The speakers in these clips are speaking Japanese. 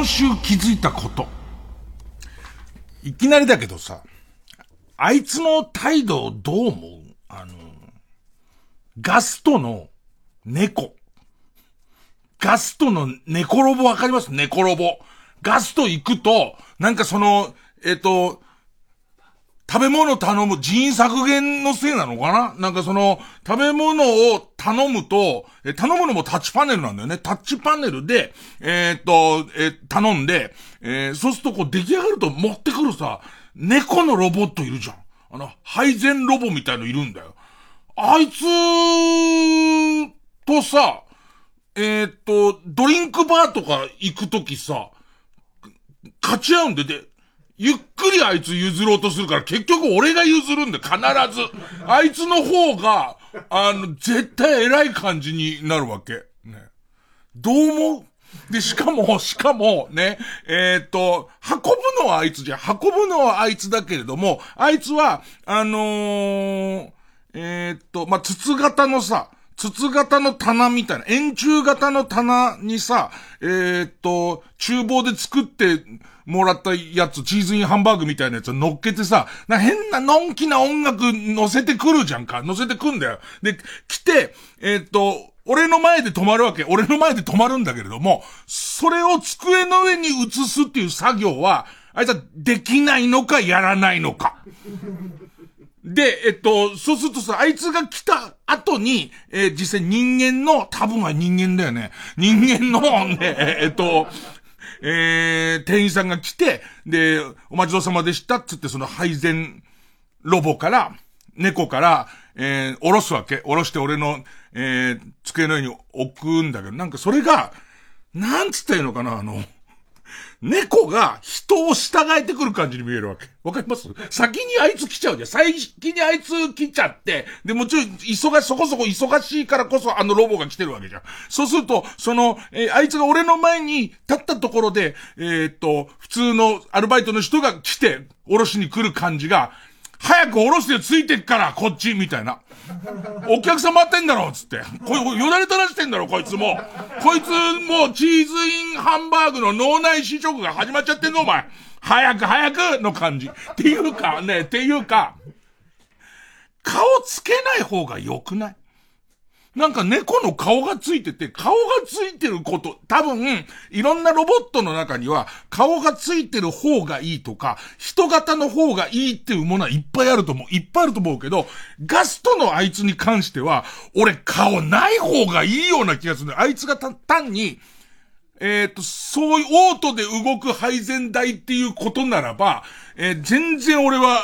週気づいたこと。いきなりだけどさ、あいつの態度どう思う？ガストの猫。ガストの猫ロボわかります？猫ロボ。ガスト行くと、なんかその、食べ物頼む人員削減のせいなのかな？なんかその、食べ物を頼むと、頼むのもタッチパネルなんだよね。タッチパネルで、頼んで、そうするとこう出来上がると持ってくるさ、猫のロボットいるじゃん。配膳ロボみたいのいるんだよ。あいつとさ、ドリンクバーとか行くときさ、勝ち合うんで、ゆっくりあいつ譲ろうとするから、結局俺が譲るんだよ、必ず。あいつの方が、絶対偉い感じになるわけ。ね。どう思う？で、しかも、ね、運ぶのはあいつじゃん。運ぶのはあいつだけれども、あいつは、筒型の棚みたいな、円柱型の棚にさ、厨房で作ってもらったやつ、チーズインハンバーグみたいなやつを乗っけてさ、変なのんきな音楽乗せてくるじゃんか。乗せてくんだよ。で、来て、俺の前で止まるわけ。俺の前で止まるんだけれども、それを机の上に移すっていう作業は、あいつはできないのかやらないのか。で、そうするとさ、あいつが来た後に、実際人間の、多分は人間だよね。人間の、ね、店員さんが来て、で、お待ちどうさまでしたっつってその配膳ロボから、猫から、下ろすわけ。下ろして俺の、机の上に置くんだけど、なんかそれが、なんつったらいいのかな、猫が人を従えてくる感じに見えるわけ。わかります？先にあいつ来ちゃうじゃん。先にあいつ来ちゃって、で、もちろんそこそこ忙しいからこそロボが来てるわけじゃん。そうすると、あいつが俺の前に立ったところで、普通のアルバイトの人が来て、おろしに来る感じが、早くおろしてついてっから、こっち、みたいな。お客さん待ってんだろ、つって。よだれ垂らしてんだろ、こいつも。こいつもうチーズインハンバーグの脳内試食が始まっちゃってんぞ、お前。早くの感じ。っていうか、顔つけない方が良くない？なんか猫の顔がついてて、顔がついてること、多分、いろんなロボットの中には、顔がついてる方がいいとか、人型の方がいいっていうものはいっぱいあると思うけど、ガストのあいつに関しては、俺顔ない方がいいような気がする。あいつが単に、そういうオートで動く配膳台っていうことならば、全然俺は、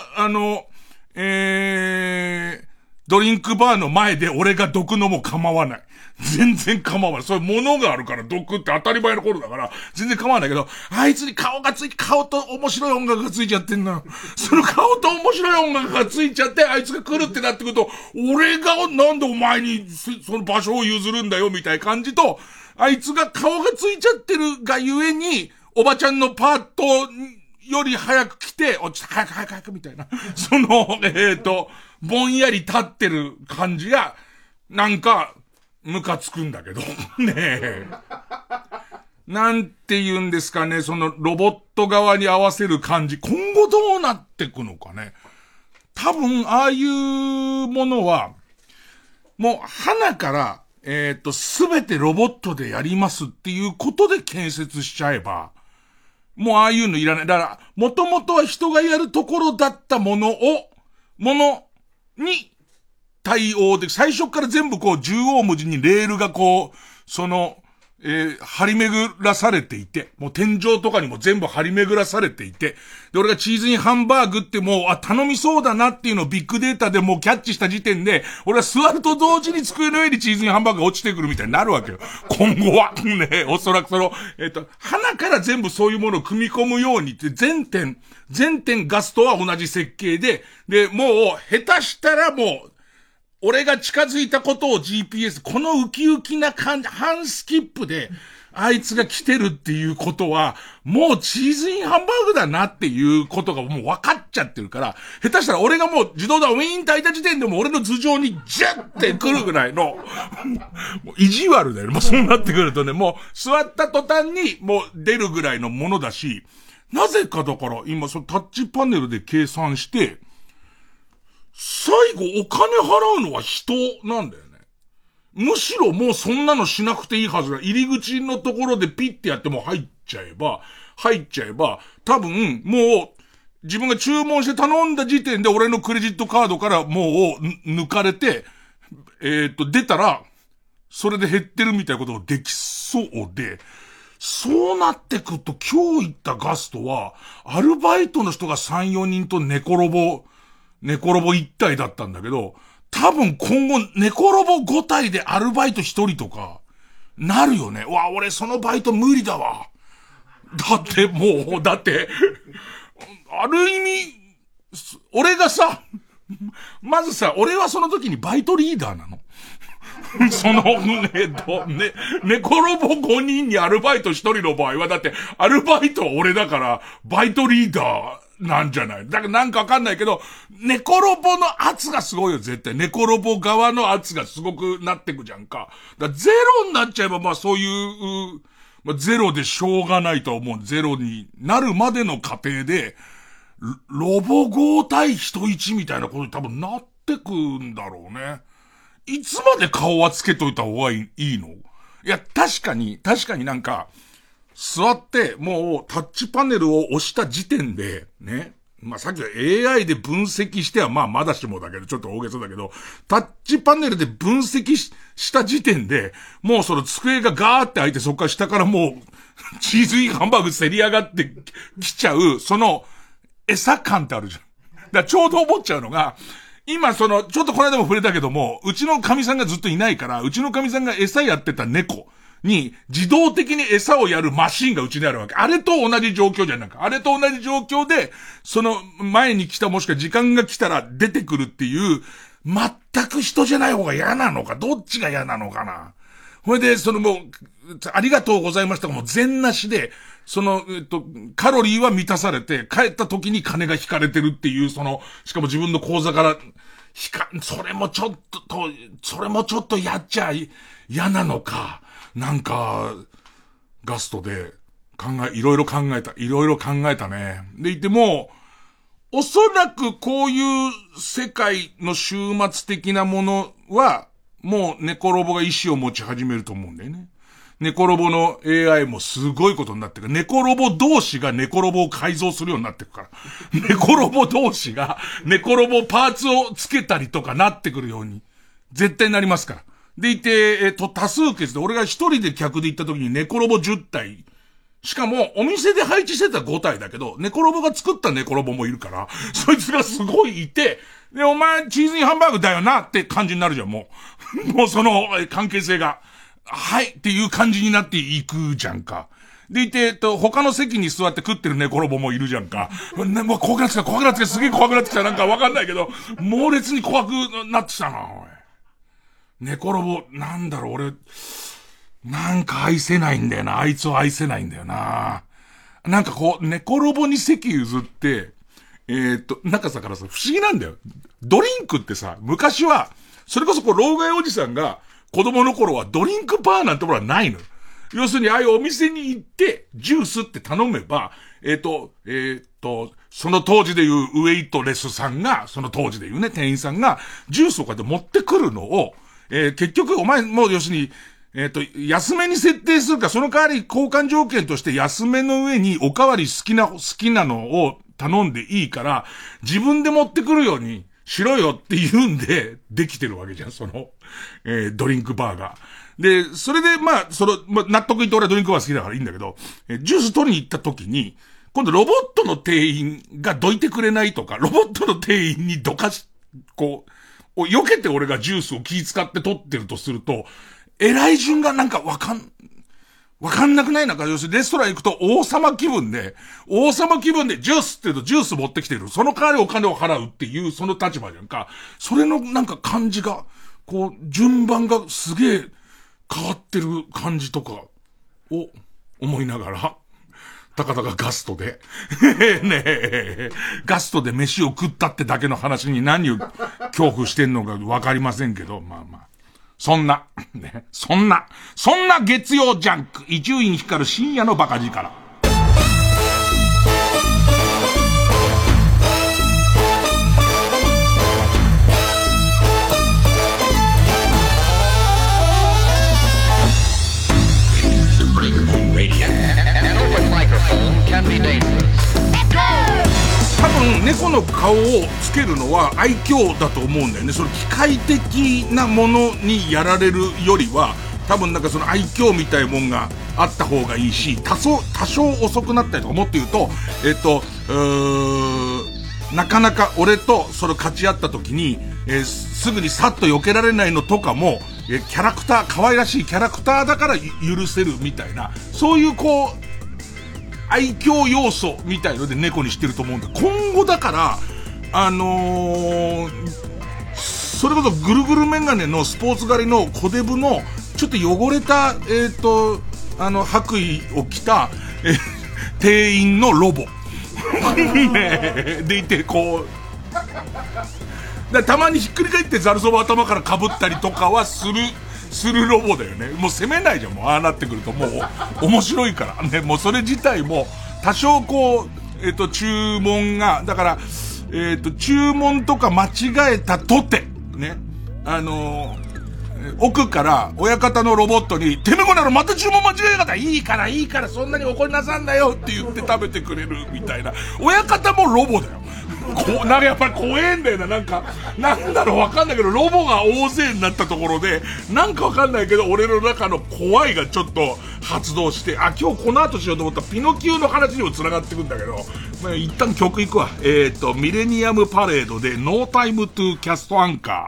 ドリンクバーの前で俺が毒のも構わない。全然構わない。そういうものがあるから毒って当たり前のことだから、全然構わないけど、あいつに顔と面白い音楽がついちゃってんの。その顔と面白い音楽がついちゃって、あいつが来るってなってくると、俺がなんでお前にその場所を譲るんだよみたいな感じと、あいつが顔がついちゃってるがゆえに、おばちゃんのパートより早く来て、ちょっと早くみたいな。ぼんやり立ってる感じが、なんか、ムカつくんだけど。ねえ。なんて言うんですかね、そのロボット側に合わせる感じ。今後どうなってくのかね。多分、ああいうものは、もう、花から、すべてロボットでやりますっていうことで建設しちゃえば、もうああいうのいらない。だから、もともとは人がやるところだったものに対応で、最初から全部こう縦横無尽にレールがこう、張り巡らされていて、もう天井とかにも全部張り巡らされていて、で、俺がチーズインハンバーグってもう、頼みそうだなっていうのをビッグデータでもうキャッチした時点で、俺は座ると同時に机の上にチーズインハンバーグが落ちてくるみたいになるわけよ。今後は。ね、おそらく鼻から全部そういうものを組み込むようにって、全店ガストは同じ設計で、で、もう、下手したらもう、俺が近づいたことを GPS、このウキウキな感じ、半スキップで、あいつが来てるっていうことは、もうチーズインハンバーグだなっていうことがもう分かっちゃってるから、下手したら俺がもう自動ドアウィーンって開いた時点でも俺の頭上にジャッて来るぐらいの、もう意地悪だよね。もうそうなってくるとね、もう座った途端にもう出るぐらいのものだし、なぜかだから今そのタッチパネルで計算して、最後お金払うのは人なんだよね。むしろもうそんなのしなくていいはずだ。入り口のところでピッてやっても入っちゃえば、多分もう自分が注文して頼んだ時点で俺のクレジットカードからもう抜かれて、出たら、それで減ってるみたいなことができそうで、そうなってくると今日行ったガストは、アルバイトの人が3、4人と寝転ぼ1体だったんだけど、多分今後寝転ぼ5体でアルバイト1人とか、なるよね。わ、俺そのバイト無理だわ。だって、ある意味、俺がさ、まずさ、俺はその時にバイトリーダーなの。その、寝転ぼ5人にアルバイト1人の場合は、だって、アルバイトは俺だから、バイトリーダーなんじゃない？だからなんかわかんないけど、寝転ぼの圧がすごいよ、絶対。寝転ぼ側の圧がすごくなってくじゃんか。だからゼロになっちゃえば、まあそういう、ゼロでしょうがないと思う。ゼロになるまでの過程で、ロボ5対人1みたいなことに多分なってくんだろうね。いつまで顔はつけといた方がいいの？いや、確かになんか、座って、もうタッチパネルを押した時点で、ね。まあ、さっきは AI で分析してはまだしもだけど、ちょっと大げさだけど、タッチパネルで分析した時点で、もうその机がガーって開いて、そっから下からもう、チーズインハンバーグせり上がってきちゃう、その、餌感ってあるじゃん。だからちょうど思っちゃうのが、今ちょっとこの間も触れたけども、うちの神さんがずっといないから、うちの神さんが餌やってた猫に自動的に餌をやるマシンがうちにあるわけ。あれと同じ状況じゃん。なんか、あれと同じ状況で、その前に来たもしくは時間が来たら出てくるっていう、全く人じゃない方が嫌なのか、どっちが嫌なのかな。ほれで、もう、ありがとうございましたがもう全なしで、カロリーは満たされて、帰った時に金が引かれてるっていう、しかも自分の口座からそれもちょっとやっちゃ嫌なのか。なんか、ガストでいろいろ考えたね。でいても、おそらくこういう世界の終末的なものは、もう寝転ぼが意志を持ち始めると思うんだよね。寝転ぼの AI もすごいことになってくる。寝転ぼ同士が寝転ぼを改造するようになってくから。寝転ぼ同士が寝転ぼパーツをつけたりとかなってくるように、絶対なりますから。でいて、多数決で俺が一人で客で行った時に寝転ぼ10体。しかも、お店で配置してた5体だけど、寝転ぼが作った寝転ぼもいるから、そいつがすごいいて、で、お前、チーズインハンバーグだよなって感じになるじゃん、もう。もうその、関係性が、はいっていう感じになっていくじゃんか。でいて、他の席に座って食ってる寝転ぼもいるじゃんか。もう怖くなってきた、すげえ怖くなってきた、なんかわかんないけど、猛烈に怖くなってきたな、おい。寝転ぼ、なんだろう、俺、なんか愛せないんだよな。あいつを愛せないんだよな。なんかこう、寝転ぼに席譲って、なんかさ、不思議なんだよ。ドリンクってさ、昔は、それこそ老害おじさんが、子供の頃はドリンクバーなんてものはないの。要するに、ああいうお店に行って、ジュースって頼めば、その当時でいうウェイトレスさんが、その当時でいうね、店員さんが、ジュースをこうやって持ってくるのを、結局、お前、もう要するに、安めに設定するか、その代わり交換条件として安めの上におかわり好きなのを頼んでいいから、自分で持ってくるようにしろよって言うんで、できてるわけじゃん、ドリンクバーが。で、それで、納得いって俺はドリンクバー好きだからいいんだけど、ジュース取りに行った時に、今度ロボットの店員がどいてくれないとか、ロボットの店員に避けて俺がジュースを気遣って取ってるとすると、偉い順がなんかわかんなくない？なんか要するにレストラン行くと王様気分でジュースって言うとジュース持ってきてる。その代わりお金を払うっていうその立場じゃんか。それのなんか感じが、順番がすげえ変わってる感じとかを思いながら、 たかだかガストで。ねえ、ガストで飯を食ったってだけの話に何を恐怖してんのかわかりませんけど、まあまあ。そんな月曜ジャンク、伊集院光る深夜のバカ力。多分猫の顔をつけるのは愛嬌だと思うんだよね。その機械的なものにやられるよりは、多分なんかその愛嬌みたいなもんがあった方がいいし、多少遅くなったりとか、もっと言うと、なかなか俺とそれ勝ち合った時に、すぐにさっと避けられないのとかも、キャラクター、可愛らしいキャラクターだから許せるみたいな、そういうこう、愛嬌要素みたいので猫にしてると思うんだ。今後だから、それこそぐるぐるメガネのスポーツ狩りの小デブの、ちょっと汚れた、白衣を着た、店員のロボ。ねでいて、こう、たまにひっくり返ってザルそば頭から被ったりとかはするロボだよね。もう攻めないじゃん、もうああなってくるともう面白いからね。もうそれ自体も多少こう注文がだから注文とか間違えたとてね、奥から親方のロボットにてめえこならまた注文間違え方いいからそんなに怒りなさんなよって言って食べてくれるみたいな。親方もロボだよ。なんかやっぱり怖えんだよな。なんだろうわかんないけど、ロボが大勢になったところで、なんかわかんないけど、俺の中の怖いがちょっと発動して、今日この後しようと思ったピノキオの話にも繋がってくんだけど、まあ、一旦曲いくわ。ミレニアムパレードで No Time to Cast Anchor。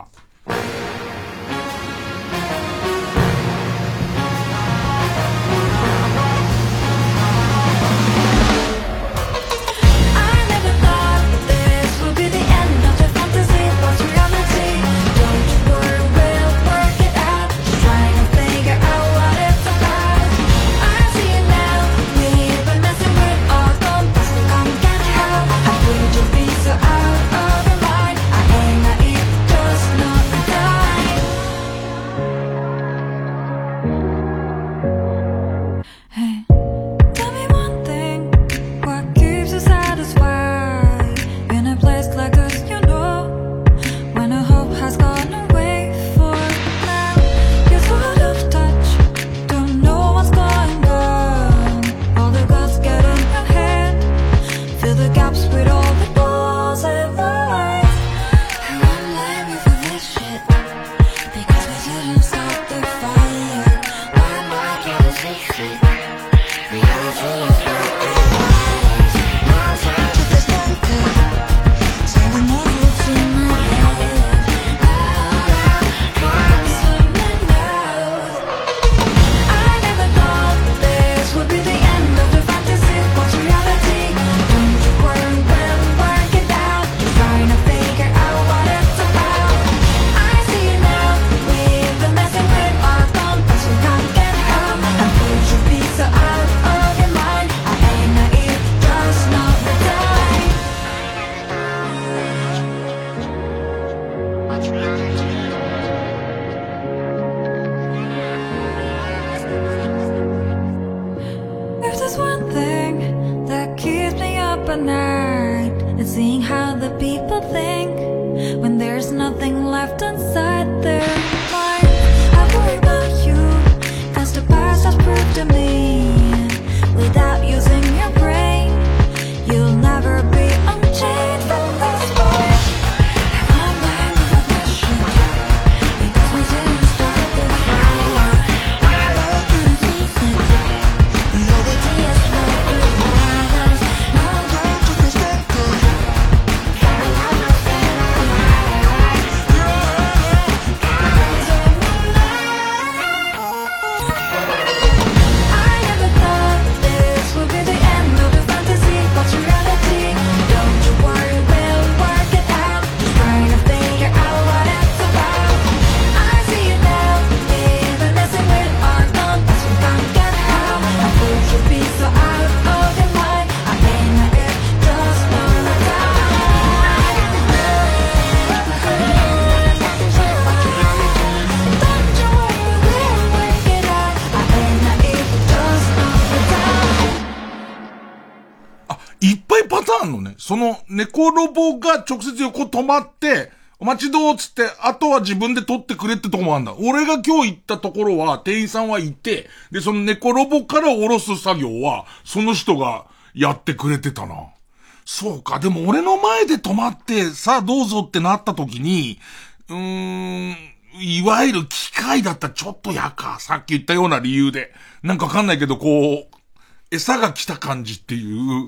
その猫ロボが直接横止まって、お待ちどうつって、あとは自分で撮ってくれってとこもあるんだ。俺が今日行ったところは、店員さんはいて、で、その猫ロボから下ろす作業は、その人がやってくれてたな。そうか、でも俺の前で止まって、さあどうぞってなった時に、いわゆる機械だったらちょっと嫌か。さっき言ったような理由で。なんかわかんないけど、こう、餌が来た感じっていう、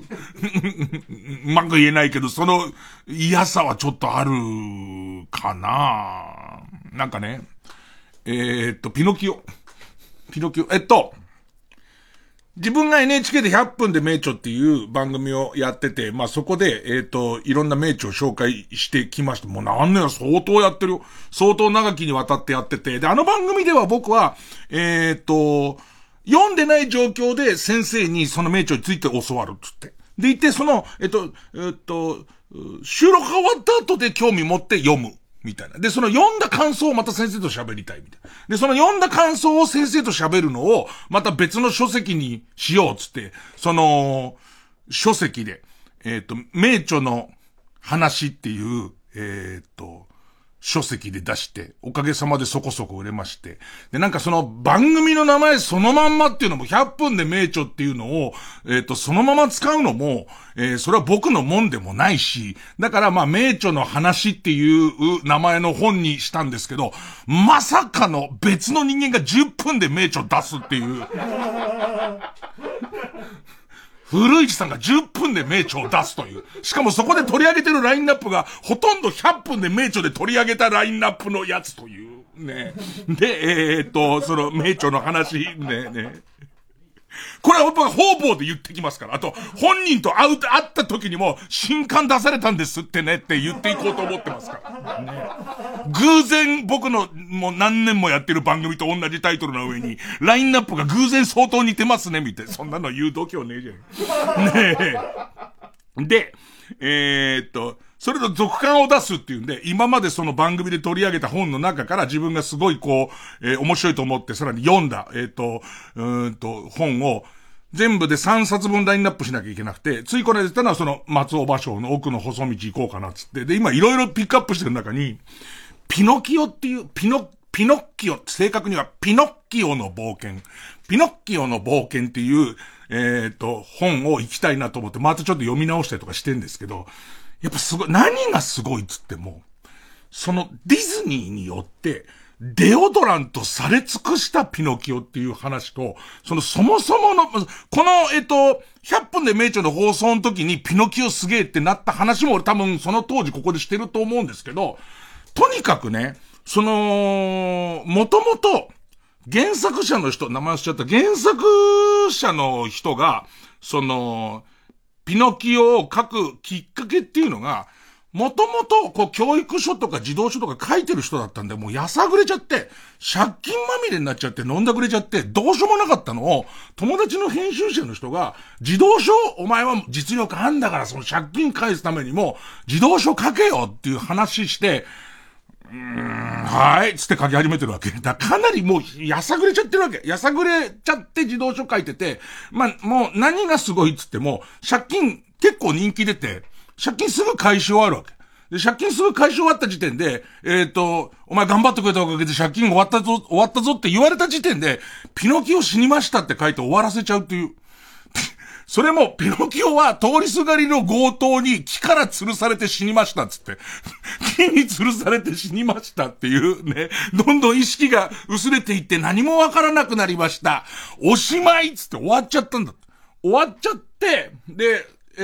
うまく言えないけど、その嫌さはちょっとあるかな。なんかね、ピノキオ。自分が NHK で100分で名著っていう番組をやってて、まあ、そこで、いろんな名著を紹介してきました。もう何年相当やってるよ。相当長きにわたってやってて。で、あの番組では僕は、読んでない状況で先生にその名著について教わるっつって。でいて、その、収録が終わった後で興味持って読む。みたいな。で、その読んだ感想をまた先生と喋りたいみたいな。で、その読んだ感想を先生と喋るのを、また別の書籍にしようっつって、その、書籍で、名著の話っていう、書籍で出して、おかげさまでそこそこ売れまして。で、なんかその番組の名前そのまんまっていうのも100分で名著っていうのを、そのまま使うのも、それは僕のもんでもないし、だからまあ名著の話っていう名前の本にしたんですけど、まさかの別の人間が10分で名著出すっていう。古市さんが10分で名著を出すという。しかもそこで取り上げてるラインナップがほとんど100分で名著で取り上げたラインナップのやつという。ね。で、その名著の話、ね。これは僕は方々で言ってきますから。あと、本人と会った時にも、新刊出されたんですってねって言っていこうと思ってますから。ね、偶然僕のもう何年もやってる番組と同じタイトルの上に、ラインナップが偶然相当似てますねみたいな。そんなの言う度胸ねえじゃん。ねえ。で、それの続刊を出すっていうんで、今までその番組で取り上げた本の中から自分がすごいこう、面白いと思ってさらに読んだ、本を、全部で3冊分ラインナップしなきゃいけなくて、ついこの間言ったのはその松尾芭蕉の奥の細道行こうかなっつって、で、今いろいろピックアップしてる中に、ピノキオっていう、ピノッキオ、正確にはピノッキオの冒険。ピノッキオの冒険っていう、本を行きたいなと思って、またちょっと読み直したりとかしてんですけど、やっぱすごい、何がすごいっつっても、そのディズニーによって、デオドラントされ尽くしたピノキオっていう話と、そもそもの、この、100分で名著の放送の時にピノキオすげえってなった話も俺多分その当時ここでしてると思うんですけど、とにかくね、もともと、原作者の人、名前忘れちゃった、原作者の人が、ピノキオを書くきっかけっていうのが、もともと、教育書とか児童書とか書いてる人だったんで、もうやさぐれちゃって、借金まみれになっちゃって、飲んだくれちゃって、どうしようもなかったのを、友達の編集者の人が、児童書、お前は実力あんだから、その借金返すためにも、児童書書けよっていう話して、はい、つって書き始めてるわけ。だかなりもう、やさぐれちゃってるわけ。やさぐれちゃって児童書書いてて、まあ、もう何がすごいっつっても、借金結構人気出て、借金すぐ返し終わるわけ。で、借金すぐ返し終わった時点で、お前頑張ってくれたおかげで借金終わったぞって言われた時点で、ピノキオ死にましたって書いて終わらせちゃうっていう。それも、ピノキオは通りすがりの強盗に木から吊るされて死にましたっつって。木に吊るされて死にましたっていうね。どんどん意識が薄れていって何もわからなくなりました。おしまいっつって終わっちゃったんだ。終わっちゃって、で、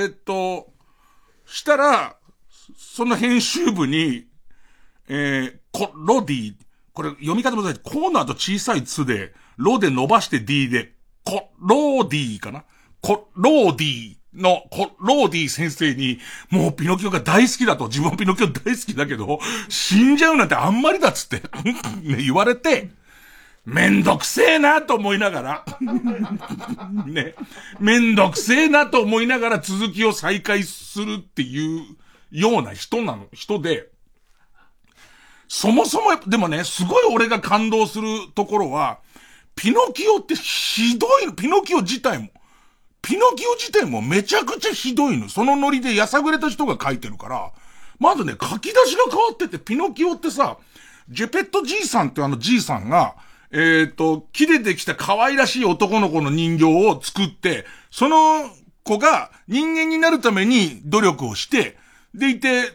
したら、その編集部に、ロディ、これ読み方もない。コーナーと小さいつで、ロで伸ばして D で、ローディかなローディの、ローディ先生に、もうピノキオが大好きだと、自分もピノキオ大好きだけど、死んじゃうなんてあんまりだっつって、ね、言われて、めんどくせえなと思いながら、ね、めんどくせえなと思いながら続きを再開するっていうような人で、そもそも、でもね、すごい俺が感動するところは、ピノキオってひどいの、ピノキオ自体も。 ピノキオ自体もめちゃくちゃひどいの。そのノリでやさぐれた人が書いてるから、まずね、書き出しが変わってて、ピノキオってさ、ジェペットじいさんってじいさんが、木でできた可愛らしい男の子の人形を作って、その子が人間になるために努力をして、でいて、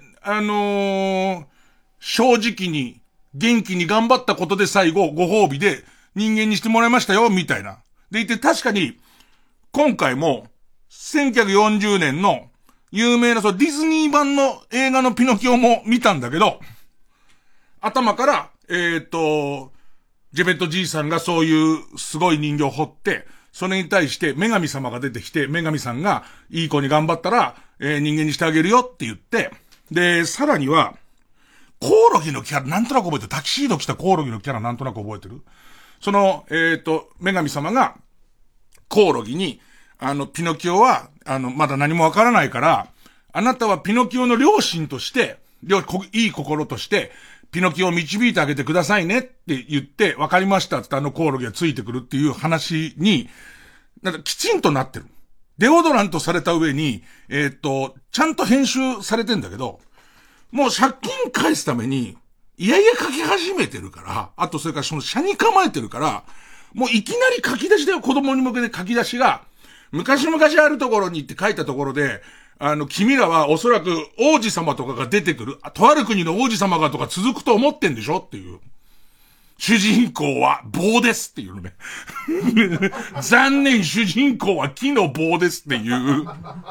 正直に、元気に頑張ったことで最後、ご褒美で人間にしてもらいましたよ、みたいな。でいて、確かに、今回も、1940年の有名な、ディズニー版の映画のピノキオも見たんだけど、頭から、ジェペットじいさんがそういうすごい人形を彫って、それに対して女神様が出てきて、女神さんがいい子に頑張ったら、人間にしてあげるよって言って、で、さらには、コオロギのキャラ、なんとなく覚えてる。タキシード着たコオロギのキャラなんとなく覚えてる。その、女神様が、コオロギに、ピノキオは、まだ何もわからないから、あなたはピノキオの両親として、いい心として、ピノキオを導いてあげてくださいねって言って、わかりましたってコオロギがついてくるっていう話に、なんかきちんとなってる。デオドラントされた上に、ちゃんと編集されてんだけど、もう借金返すために、いやいや書き始めてるから、あとそれからその車に構えてるから、もういきなり書き出しだよ、子供に向けて書き出しが、昔々あるところにって書いたところで、君らはおそらく王子様とかが出てくる、とある国の王子様がとか続くと思ってんでしょっていう。主人公は棒ですっていうのね。残念、主人公は木の棒ですっていう。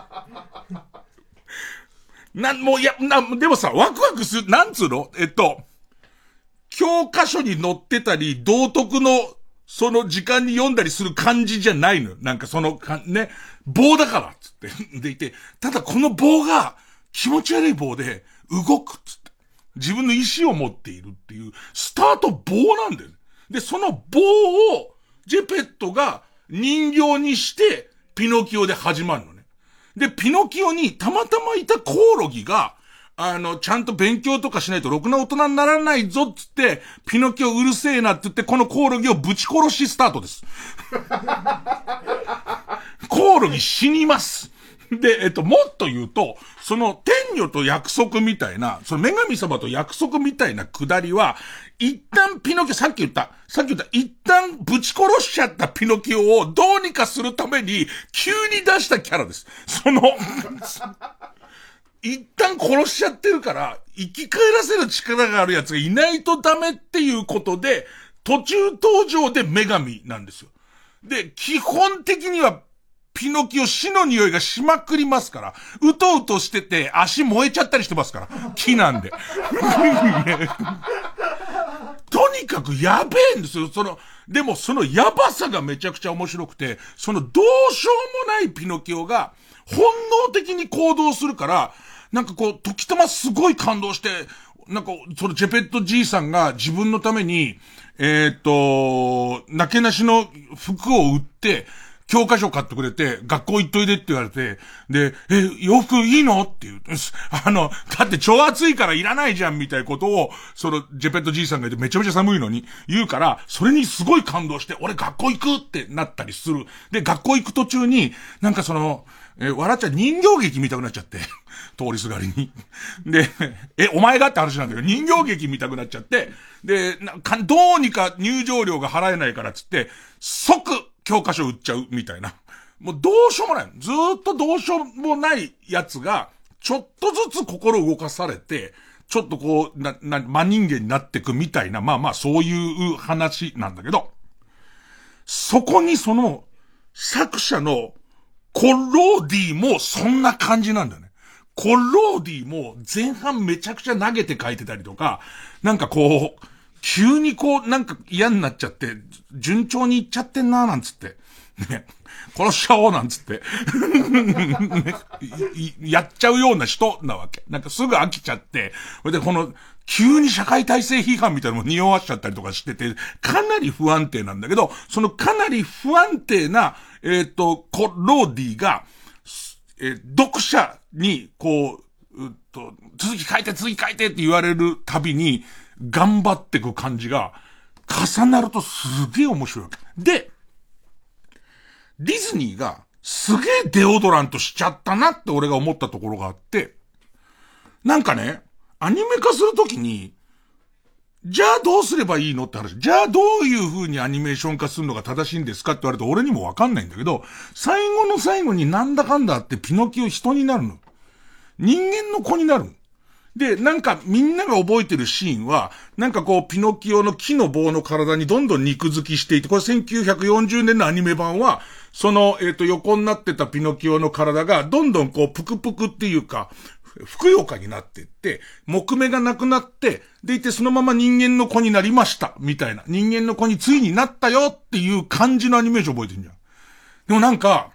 でもさ、ワクワクする、なんつうの教科書に載ってたり、道徳の、その時間に読んだりする感じじゃないの。なんかね、棒だから、つって。でいて、ただこの棒が気持ち悪い棒で動く、つって。自分の意志を持っているっていう、スタート棒なんだよね。で、その棒を、ジェペットが人形にして、ピノキオで始まるのね。で、ピノキオにたまたまいたコオロギが、ちゃんと勉強とかしないとろくな大人にならないぞっつって、ピノキオうるせえなって言って、このコオロギをぶち殺しスタートです。コオロギ死にます。で、もっと言うと、その天女と約束みたいな、その女神様と約束みたいなくだりは、一旦ピノキオ、さっき言った、一旦ぶち殺しちゃったピノキオをどうにかするために、急に出したキャラです。一旦殺しちゃってるから、生き返らせる力があるやつがいないとダメっていうことで、途中登場で女神なんですよ。で、基本的には、ピノキオ死の匂いがしまくりますから、うとうとしてて足燃えちゃったりしてますから、木なんで。とにかくやべえんですよ。でもそのやばさがめちゃくちゃ面白くて、どうしようもないピノキオが本能的に行動するから、なんか時たますごい感動して、なんか、ジェペットじいさんが自分のために、なけなしの服を売って、教科書買ってくれて、学校行っといでって言われて、で、洋服いいのって言う。だって超暑いからいらないじゃんみたいなことを、ジェペットじいさんが言ってめちゃめちゃ寒いのに言うから、それにすごい感動して、俺学校行くってなったりする。で、学校行く途中に、なんか笑っちゃ人形劇見たくなっちゃって、通りすがりに。で、お前がって話なんだけど、人形劇見たくなっちゃって、で、どうにか入場料が払えないからっつって、即、教科書売っちゃうみたいな。もうどうしようもない。ずーっとどうしようもないやつが、ちょっとずつ心動かされて、ちょっと真人間になってくみたいな、まあまあそういう話なんだけど、そこに作者のコローディもそんな感じなんだよね。コローディも前半めちゃくちゃ投げて書いてたりとか、なんか急になんか嫌になっちゃって、順調にいっちゃってんなーなんつって。ね。殺しちゃおうなんつって。やっちゃうような人なわけ。なんかすぐ飽きちゃって、それで急に社会体制批判みたいなのも匂わしちゃったりとかしてて、かなり不安定なんだけど、かなり不安定な、コローディが、読者に、続き書いてって言われるたびに、頑張ってく感じが、重なるとすげえ面白いわけ。で、ディズニーがすげえデオドラントしちゃったなって俺が思ったところがあって、なんかね、アニメ化するときに、じゃあどうすればいいのって話。じゃあどういう風にアニメーション化するのが正しいんですかって言われると俺にもわかんないんだけど、最後の最後になんだかんだあってピノキオ人になるの。人間の子になるの。で、なんかみんなが覚えてるシーンは、なんかこうピノキオの木の棒の体にどんどん肉付きしていて、これ1940年のアニメ版は、その、横になってたピノキオの体がどんどんこうぷくぷくっていうか、ふくよかになっていって、木目がなくなって、でいてそのまま人間の子になりました、みたいな。人間の子についになったよっていう感じのアニメーション覚えてるんじゃん。でもなんか、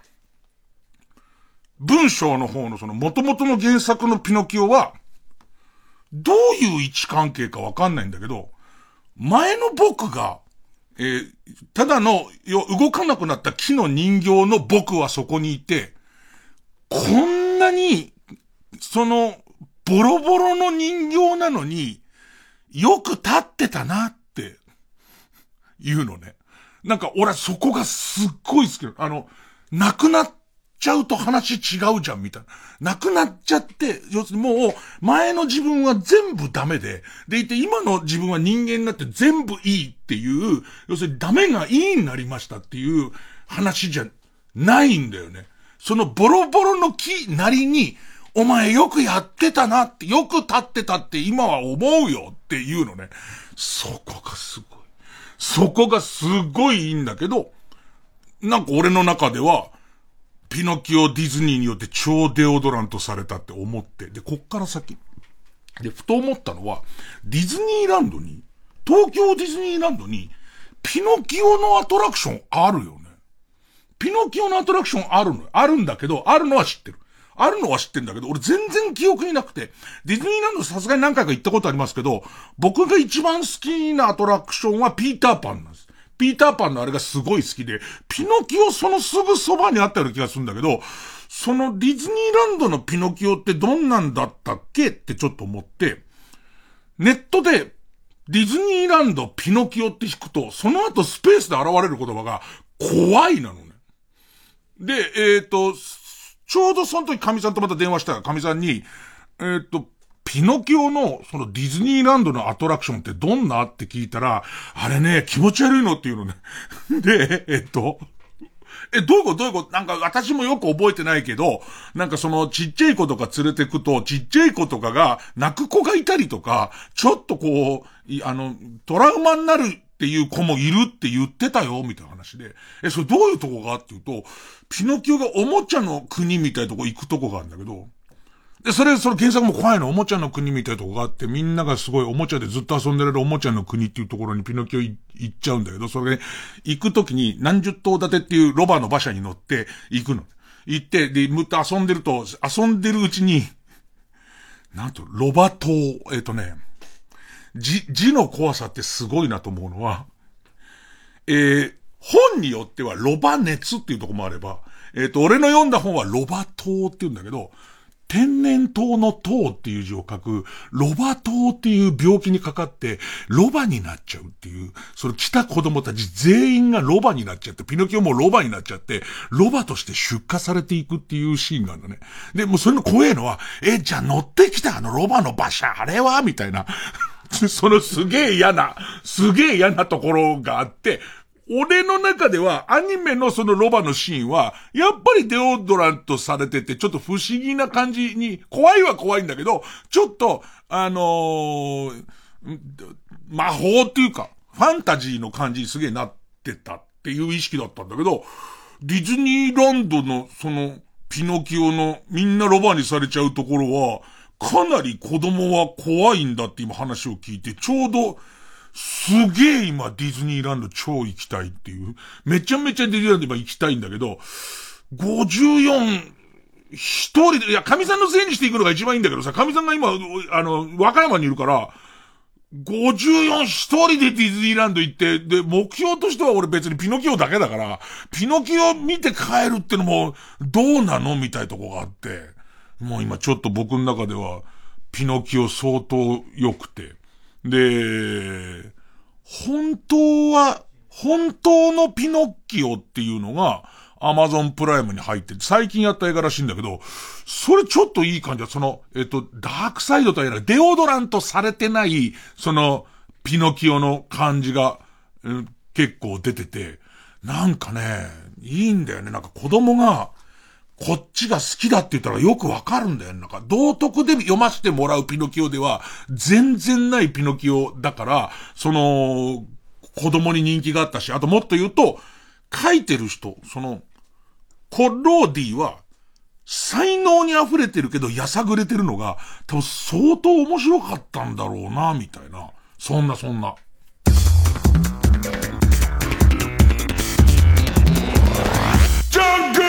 文章の方のその元々の原作のピノキオは、どういう位置関係かわかんないんだけど、前の僕が、ただの動かなくなった木の人形の僕はそこにいて、こんなに、その、ボロボロの人形なのに、よく立ってたなって、言うのね。なんか俺はそこがすっごい好きなの。亡くなっちゃうと話違うじゃん、みたいな。亡くなっちゃって、要するにもう、前の自分は全部ダメでいて今の自分は人間になって全部いいっていう、要するにダメがいいになりましたっていう話じゃないんだよね。そのボロボロの木なりに、お前よくやってたなって、よく立ってたって今は思うよっていうのね。そこがすごい。そこがすごいいいんだけど、なんか俺の中では、ピノキオディズニーによって超デオドラントされたって思って。で、こっから先。で、ふと思ったのは、ディズニーランドに、東京ディズニーランドに、ピノキオのアトラクションあるよね。ピノキオのアトラクションあるのよ。あるんだけど、あるのは知ってる。あるのは知ってんだけど、俺全然記憶になくて、ディズニーランドさすがに何回か行ったことありますけど、僕が一番好きなアトラクションはピーターパンなんです。ピーターパンのあれがすごい好きで、ピノキオそのすぐそばにあったような気がするんだけど、そのディズニーランドのピノキオってどんなんだったっけってちょっと思って、ネットでディズニーランドピノキオって引くと、その後スペースで現れる言葉が怖いなのね。で、ちょうどその時神さんとまた電話したら神さんに、ピノキオのそのディズニーランドのアトラクションってどんなって聞いたら、あれね、気持ち悪いのっていうのね。で、どういうことなんか私もよく覚えてないけど、なんかそのちっちゃい子とか連れてくと、ちっちゃい子とかが泣く子がいたりとか、ちょっとこう、トラウマになるっていう子もいるって言ってたよ、みたいな話で。それどういうとこがっていうと、ピノキオがおもちゃの国みたいなとこ行くとこがあるんだけど、で、それ原作も怖いの、おもちゃの国みたいなとこがあって、みんながすごいおもちゃでずっと遊んでられるおもちゃの国っていうところにピノキオ行っちゃうんだけど、それで、行くときに何十頭立てっていうロバの馬車に乗って行くの。行って、で、むっと遊んでるうちに、なんと、ロバ島、字の怖さってすごいなと思うのは、本によってはロバ熱っていうところもあれば、俺の読んだ本はロバ島っていうんだけど、天然痘の痘っていう字を書く、ロバ痘っていう病気にかかって、ロバになっちゃうっていう、その来た子供たち全員がロバになっちゃって、ピノキオもロバになっちゃって、ロバとして出荷されていくっていうシーンがあるのね。で、もうそれの怖いのは、じゃあ乗ってきたロバの馬車、あれはみたいな。そのすげえ嫌なところがあって、俺の中ではアニメのそのロバのシーンは、やっぱりデオドラントされてて、ちょっと不思議な感じに、怖いは怖いんだけど、ちょっと、魔法っていうか、ファンタジーの感じにすげえなってたっていう意識だったんだけど、ディズニーランドのその、ピノキオのみんなロバにされちゃうところは、かなり子供は怖いんだって今話を聞いて、ちょうど、すげえ今ディズニーランド超行きたいっていう。めちゃめちゃディズニーランド今行きたいんだけど、54、一人で、いや、神さんのせいにしていくのが一番いいんだけどさ、神さんが今、和歌山にいるから、54一人でディズニーランド行って、で、目標としては俺別にピノキオだけだから、ピノキオ見て帰るってのも、どうなのみたいなとこがあって、もう今ちょっと僕の中では、ピノキオ相当良くて、で、本当のピノッキオっていうのが、 アマゾンプライムに入ってて、最近やった映画らしいんだけど、それちょっといい感じだ。ダークサイドとは言えない、デオドラントされてない、ピノキオの感じが、結構出てて、なんかね、いいんだよね。なんか子供が、こっちが好きだって言ったらよくわかるんだよね。なんか、道徳で読ませてもらうピノキオでは、全然ないピノキオだから、子供に人気があったし、あともっと言うと、書いてる人、コローディは、才能に溢れてるけど、やさぐれてるのが、多分相当面白かったんだろうな、みたいな。そんな。ジャンク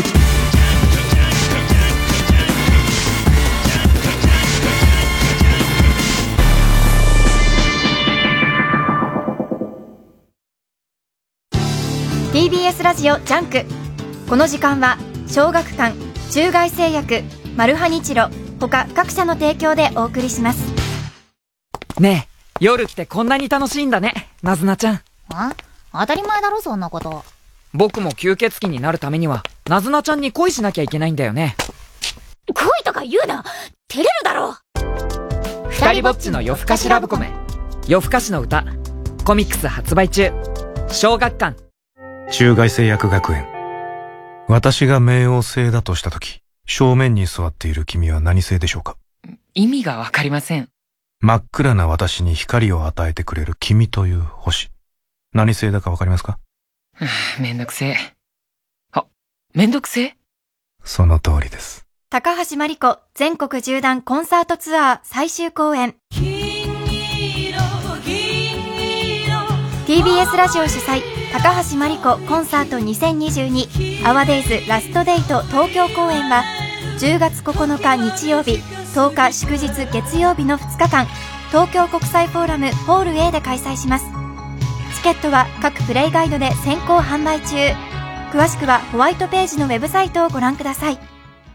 ！TBS ラジオジャンク。この時間は小学館、中外製薬、マルハニチロ他各社の提供でお送りします。 ねえ、夜来てこんなに楽しいんだね、ナズナちゃん。 当たり前だろ、そんなこと。 僕も吸血鬼になるためにはナズナちゃんに恋しなきゃいけないんだよね。 恋とか言うな、照れるだろ。 二人ぼっちの夜更かしラブコメ、夜更かしの歌、コミックス発売中。小学館。 中外製薬学園。私が冥王星だとしたとき、正面に座っている君は何星でしょうか？ 意味がわかりません。 真っ暗な私に光を与えてくれる君という星。何星だかわかりますか？ めんどくせえ。めんどくせえ？ その通りです。 高橋真理子全国縦断コンサートツアー最終公演。TBS ラジオ主催高橋真理子コンサート2022アワデイズラストデート東京公演は10月9日日曜日、10日祝日月曜日の2日間、東京国際フォーラムホール A で開催します。チケットは各プレイガイドで先行販売中。詳しくはホワイトページのウェブサイトをご覧ください。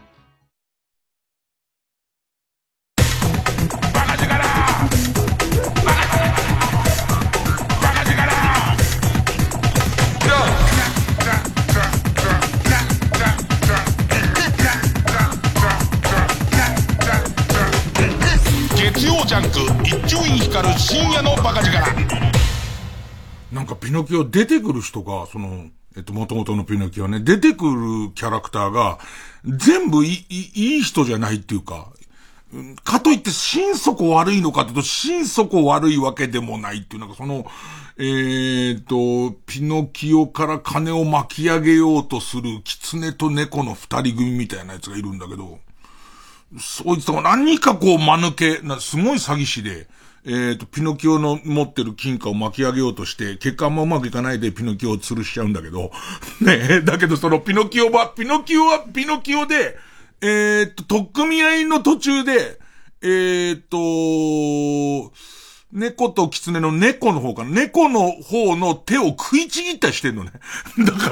ジャンク一丁院光る深夜のバカ力。なんかピノキオ出てくる人が、元々のピノキオね、出てくるキャラクターが、全部いい人じゃないっていうか、かといって心底悪いのかっていうと、心底悪いわけでもないっていう、なんかピノキオから金を巻き上げようとする狐と猫の二人組みたいなやつがいるんだけど、そいつが何かこう間抜けな、すごい詐欺師で、ピノキオの持ってる金貨を巻き上げようとして、結果あんまうまくいかないでピノキオを吊るしちゃうんだけど、ねえ、だけどピノキオはピノキオで、取っ組み合いの途中で、猫と狐の猫の方かな、猫の方の手を食いちぎったりしてんのね。だから、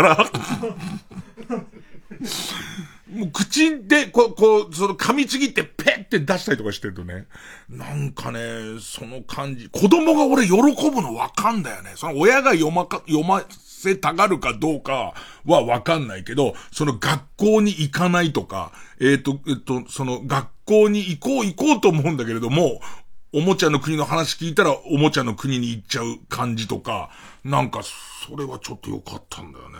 もう口で、噛みちぎってペッて出したりとかしてるとね。なんかね、その感じ。子供が俺喜ぶのわかんだよね。その親が読ませたがるかどうかはわかんないけど、学校に行かないとか、学校に行こうと思うんだけれども、おもちゃの国の話聞いたらおもちゃの国に行っちゃう感じとか、なんかそれはちょっと良かったんだよね。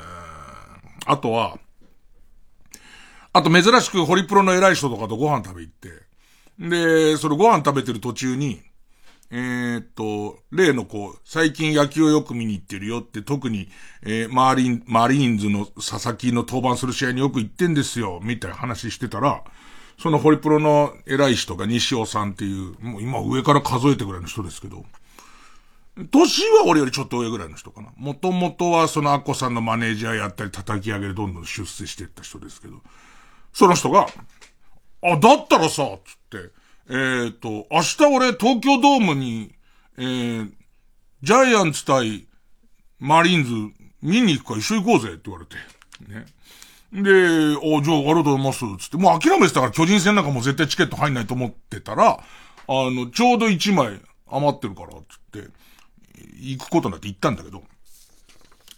あと珍しくホリプロの偉い人とかとご飯食べ行って、で、ご飯食べてる途中に、例の最近野球をよく見に行ってるよって、特に、マリーンズの佐々木の登板する試合によく行ってんですよ、みたいな話してたら、そのホリプロの偉い人が西尾さんっていう、もう今上から数えてぐらいの人ですけど、年は俺よりちょっと上ぐらいの人かな。もともとはアッコさんのマネージャーやったり叩き上げでどんどん出世していった人ですけど、その人が、だったらさ、つって、明日俺東京ドームに、ジャイアンツ対マリーンズ見に行くから一緒行こうぜって言われて。ね。で、じゃあありがとうございます。つって、もう諦めてたから巨人戦なんかもう絶対チケット入んないと思ってたら、ちょうど1枚余ってるから、つって、行くことになって行ったんだけど、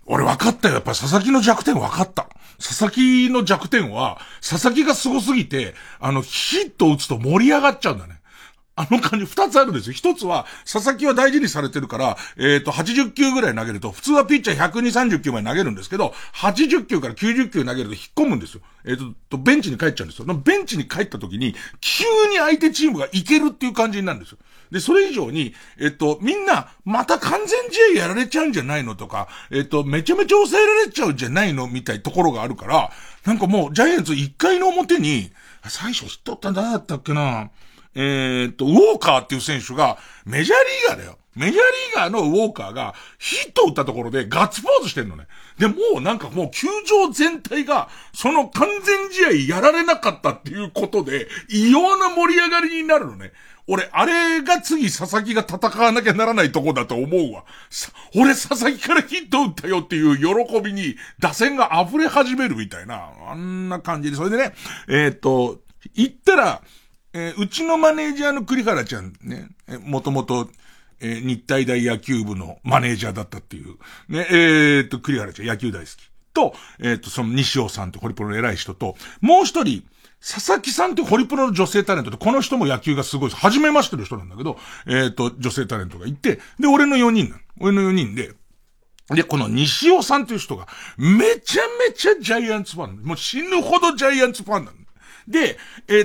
俺分かったよ。やっぱ佐々木の弱点分かった。佐々木の弱点は、佐々木が凄すぎて、ヒットを打つと盛り上がっちゃうんだね。あの感じ二つあるんですよ。一つは、佐々木は大事にされてるから、80球ぐらい投げると、普通はピッチャー120、30球まで投げるんですけど、80球から90球投げると引っ込むんですよ。ベンチに帰っちゃうんですよ。ベンチに帰った時に、急に相手チームがいけるっていう感じになるんですよ。で、それ以上に、みんな、また完全試合やられちゃうんじゃないのとか、めちゃめちゃ抑えられちゃうんじゃないのみたいなところがあるから、なんかもう、ジャイアンツ1回の表に、最初ヒットったんだったっけな、ウォーカーっていう選手が、メジャーリーガーだよ。メジャーリーガーのウォーカーがヒットを打ったところでガッツポーズしてんのね。で、もうなんかもう球場全体がその完全試合やられなかったっていうことで異様な盛り上がりになるのね。俺、あれが次佐々木が戦わなきゃならないとこだと思うわ。俺佐々木からヒット打ったよっていう喜びに打線が溢れ始めるみたいな、あんな感じで。それでね、言ったら、うちのマネージャーの栗原ちゃんね、もともと、日体大野球部のマネージャーだったっていう、ね、栗原ちゃん野球大好き。と、その西尾さんってホリプロの偉い人と、もう一人、佐々木さんってホリプロの女性タレントで、この人も野球がすごいです。初めましての人なんだけど、女性タレントがいて、で、俺の4人なの。俺の4人で、で、この西尾さんという人が、めちゃめちゃジャイアンツファン。もう死ぬほどジャイアンツファンなの。で、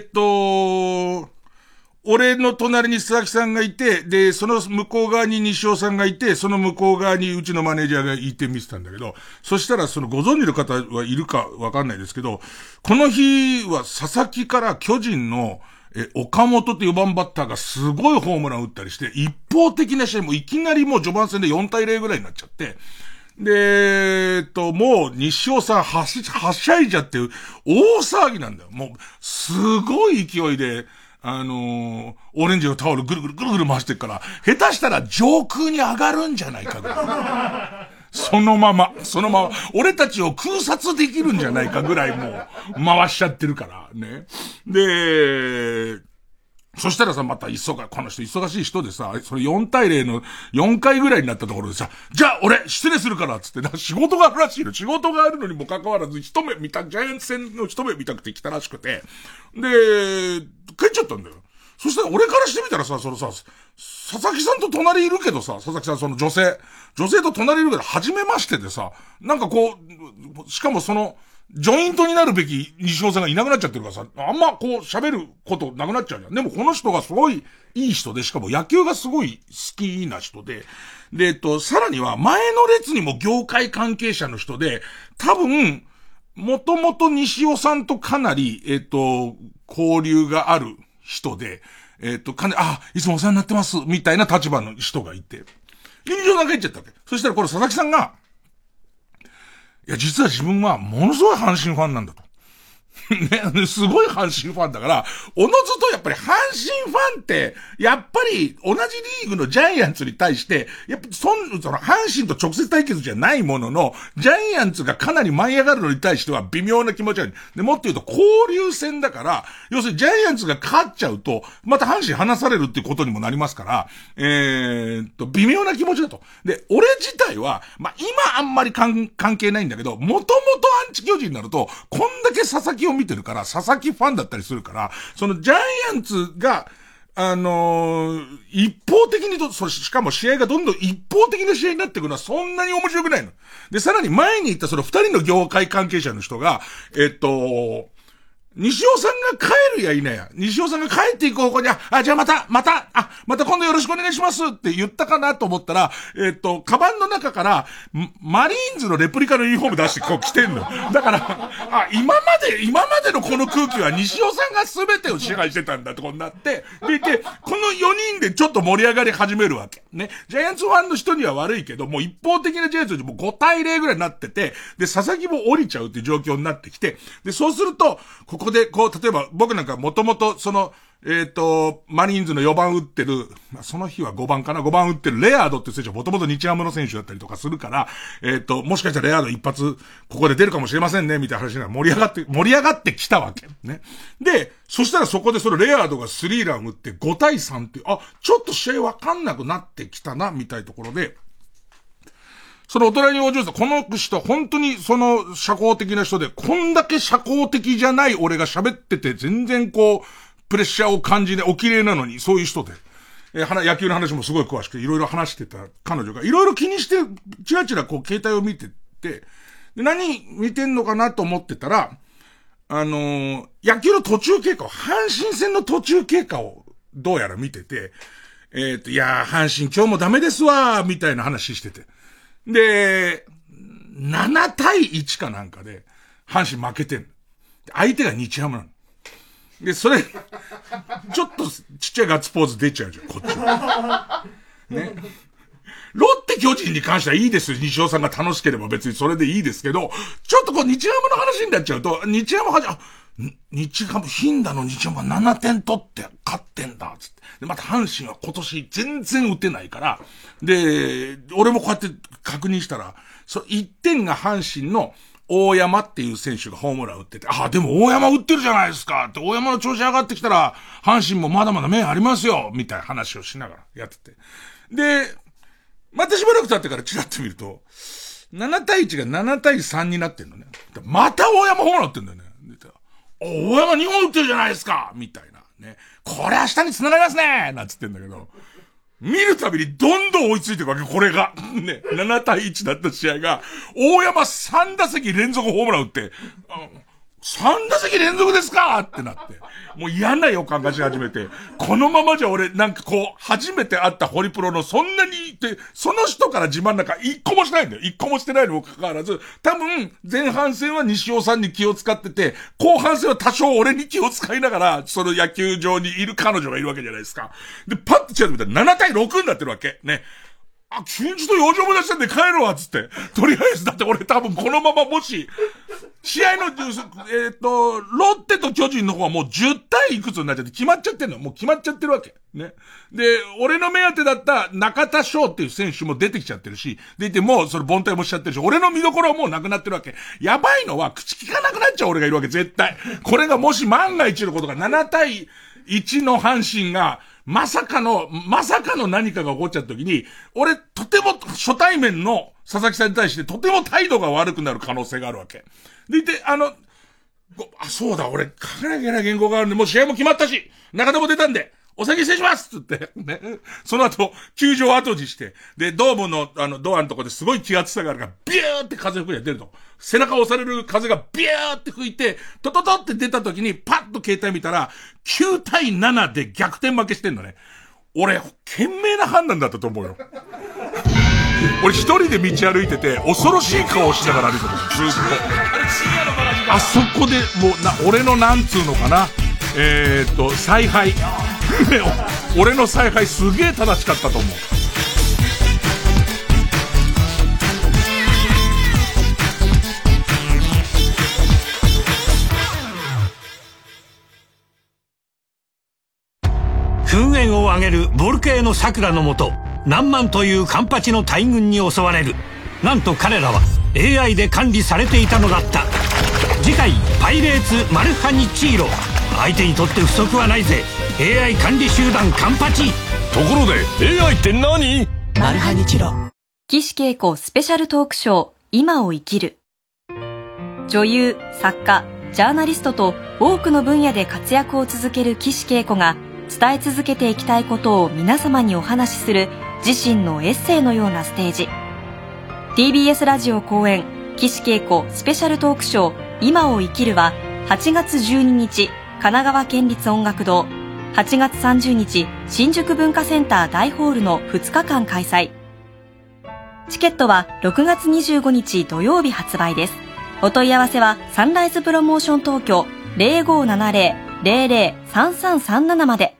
俺の隣に佐々木さんがいて、で、その向こう側に西尾さんがいて、その向こう側にうちのマネージャーがいて見てたんだけど、そしたらそのご存知の方はいるかわかんないですけど、この日は佐々木から巨人の岡本って4番バッターがすごいホームラン打ったりして、一方的な試合もいきなりもう序盤戦で4対0ぐらいになっちゃって、で、もう西尾さんはしゃいじゃって大騒ぎなんだよ。もう、すごい勢いで、オレンジのタオルぐるぐる回してるから、下手したら上空に上がるんじゃないかぐらい。そのまま、俺たちを空撮できるんじゃないかぐらいもう、回しちゃってるから、ね。で、そしたらさ、またこの人忙しい人でさ、それ4対0の4回ぐらいになったところでさ、じゃあ俺失礼するからっつって、仕事があるらしいの。仕事があるのにもかかわらずジャイアンツ戦の一目見たくて来たらしくて、で、帰っちゃったんだよ。そしたら俺からしてみたらさ、佐々木さんと隣いるけどさ、佐々木さんその女性と隣いるけど、初めましてでさ、なんかこう、しかもジョイントになるべき西尾さんがいなくなっちゃってるからさ、あんまこう喋ることなくなっちゃうじゃん。でもこの人がすごいいい人で、しかも野球がすごい好きな人で、で、さらには前の列にも業界関係者の人で、多分、もともと西尾さんとかなり、交流がある人で、いつもお世話になってます、みたいな立場の人がいて、西尾さんが言っちゃったわけ。そしたらこれ佐々木さんが、いや、実は自分はものすごい阪神ファンなんだと。ね、すごい阪神ファンだから、おのずとやっぱり阪神ファンって、やっぱり同じリーグのジャイアンツに対して、やっぱその阪神と直接対決じゃないものの、ジャイアンツがかなり舞い上がるのに対しては微妙な気持ちがある。で、もっと言うと交流戦だから、要するにジャイアンツが勝っちゃうと、また阪神離されるっていうことにもなりますから、微妙な気持ちだと。で、俺自体は、今あんまり関係ないんだけど、もともとアンチ巨人になると、こんだけ佐々木を見てるから、佐々木ファンだったりするから、そのジャイアンツが、一方的にしかも試合がどんどん一方的な試合になっていくのはそんなに面白くないの。で、さらに前に言ったその二人の業界関係者の人が、西尾さんが帰るやいなや、西尾さんが帰っていく方向に、じゃあまた今度よろしくお願いしますって言ったかなと思ったら、カバンの中から、マリーンズのレプリカのユニフォーム出してこう来てんの。だから、今までのこの空気は西尾さんが全てを支配してたんだってことになって、で、この4人でちょっと盛り上がり始めるわけ。ね。ジャイアンツファンの人には悪いけど、もう一方的なジャイアンツでもう5対0ぐらいになってて、で、佐々木も降りちゃうっていう状況になってきて、で、そうすると、ここで、例えば、僕なんかもともと、マリーンズの4番打ってる、その日は5番かな、5番打ってるレアードっていう選手はもともと日ハムの選手だったりとかするから、もしかしたらレアード一発、ここで出るかもしれませんね、みたいな話が盛り上がってきたわけ。ね。で、そしたらそこでレアードがスリーラン打って5対3って、ちょっと試合わかんなくなってきたな、みたいなところで、 その大人にお嬢さん、この人、本当にその社交的な人で、こんだけ社交的じゃない俺が喋ってて、全然こう、プレッシャーを感じで、お綺麗なのに、そういう人で。野球の話もすごい詳しくて、いろいろ話してた彼女が、いろいろ気にして、チラチラこう、携帯を見てて、で何見てんのかなと思ってたら、野球の途中経過を、阪神戦の途中経過を、どうやら見てて、いやー、阪神今日もダメですわー、みたいな話してて。で、7対1かなんかで、阪神負けてんの。相手が日ハムなの。で、それ、ちょっとちっちゃいガッツポーズ出ちゃうじゃん、こっちは。ね。ロッテ巨人に関してはいいですよ。西尾さんが楽しければ別にそれでいいですけど、ちょっとこう日ハムの話になっちゃうと、日ハム、ヒンダの日ハムが7点取って勝ってんだ、つって。で、また阪神は今年全然打てないから、で、俺もこうやって確認したら、1点が阪神の大山っていう選手がホームラン打ってて、でも大山打ってるじゃないですかって、大山の調子上がってきたら、阪神もまだまだ面ありますよみたいな話をしながらやってて。で、またしばらく経ってからチラッと見ると、7対1が7対3になってんのね。また大山ホームラン打ってんだよね。大山2本打ってるじゃないですかみたいな。ね。これ明日に繋がりますねなんつってんだけど、見るたびにどんどん追いついていくわけ、これが。ね。7対1だった試合が、大山3打席連続ホームラン打って、3打席連続ですかってなって。もう嫌な予感がし始めて、このままじゃ俺、なんかこう、初めて会ったホリプロのそんなにいて、その人から自慢なんか一個もしないんだよ。一個もしてないにもかかわらず、多分、前半戦は西尾さんに気を使ってて、後半戦は多少俺に気を使いながら、その野球場にいる彼女がいるわけじゃないですか。で、パッとチラッと見たら7対6になってるわけ。ね。緊急と養生も出したんで帰るわ、つって。とりあえず、だって俺多分このままもし、試合の、ロッテと巨人の方はもう10対いくつになっちゃって決まっちゃってんの。もう決まっちゃってるわけ。ね。で、俺の目当てだった中田翔っていう選手も出てきちゃってるし、でいてもうそれ凡退もしちゃってるし、俺の見どころはもうなくなってるわけ。やばいのは口聞かなくなっちゃう俺がいるわけ、絶対。これがもし万が一のことが7対1の阪神が、まさかの何かが起こっちゃった時に、俺、とても初対面の佐々木さんに対してとても態度が悪くなる可能性があるわけ。でいて、そうだ、俺、書かなきゃいけない原稿があるんで、もう試合も決まったし、中田も出たんで、お先失礼しますつって、ね。その後、球場後辞して、で、ドームの、ドアのとこですごい気圧差があるから、ビューって風吹いて出ると。背中を押される風がビューって吹いて、トトトって出た時に、パッと携帯見たら、9対7で逆転負けしてんのね。俺、賢明な判断だったと思うよ。俺一人で道歩いてて、恐ろしい顔をしながら歩いてた。ずっと。あそこで、もう、俺のなんつうのかな。采配。俺の采配すげえ正しかったと思う。 噴煙を上げるボルケーノ桜の下、何万というカンパチの大軍に襲われる。なんと彼らは AI で管理されていたのだった。次回パイレーツマルハニチーロ。相手にとって不足はないぜ。 AI 管理集団カンパチ。 ところで AI って何？ マルハニチロ。 岸恵子スペシャルトークショー今を生きる。女優、作家、ジャーナリストと多くの分野で活躍を続ける岸恵子が伝え続けていきたいことを皆様にお話しする自身のエッセイのようなステージ。 TBS ラジオ公演岸恵子スペシャルトークショー今を生きるは8月12日神奈川県立音楽堂、8月30日新宿文化センター大ホールの2日間開催。チケットは6月25日土曜日発売です。お問い合わせはサンライズプロモーション東京 0570-003337 まで。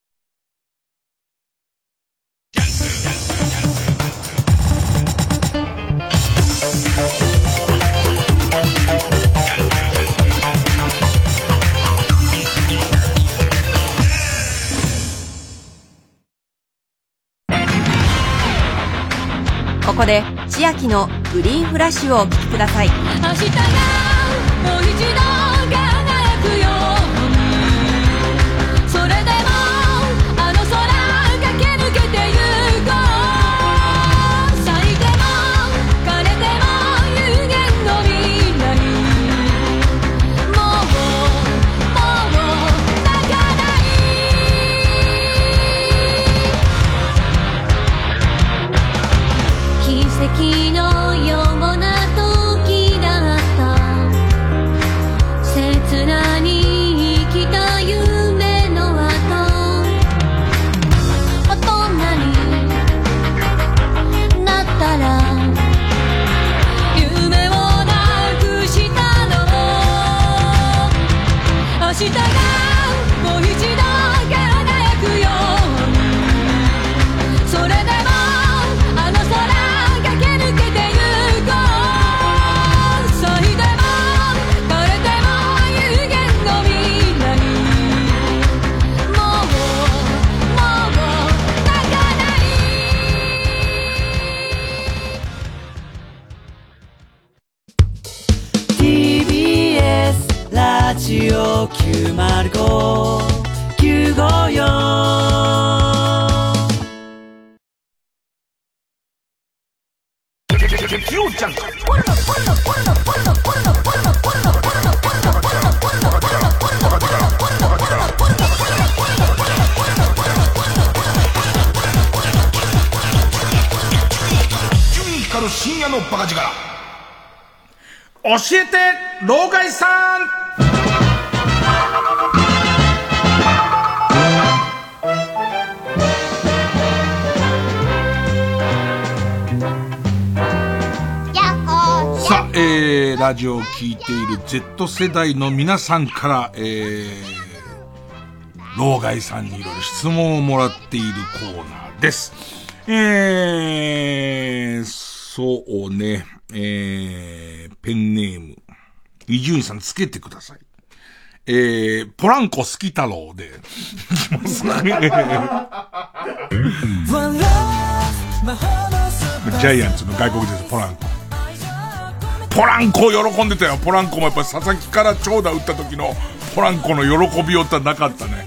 ここで千秋のグリーンフラッシュをお聴きください。 明日がもう一度輝くように、それでもあの空駆け抜けてゆこう。咲いてもロちゃん。光る深夜のバカ力。教えて老害さん。さあ、ラジオを聞いている Z 世代の皆さんから、老害さんにいろいろ質問をもらっているコーナーです。そうね、ペンネーム、伊集院さんつけてください。ポランコ好き太郎で、いきますね。ジャイアンツの外国人です、ポランコ。ポランコ喜んでたよ。ポランコもやっぱり佐々木から長打打った時のポランコの喜びよったらなかったね。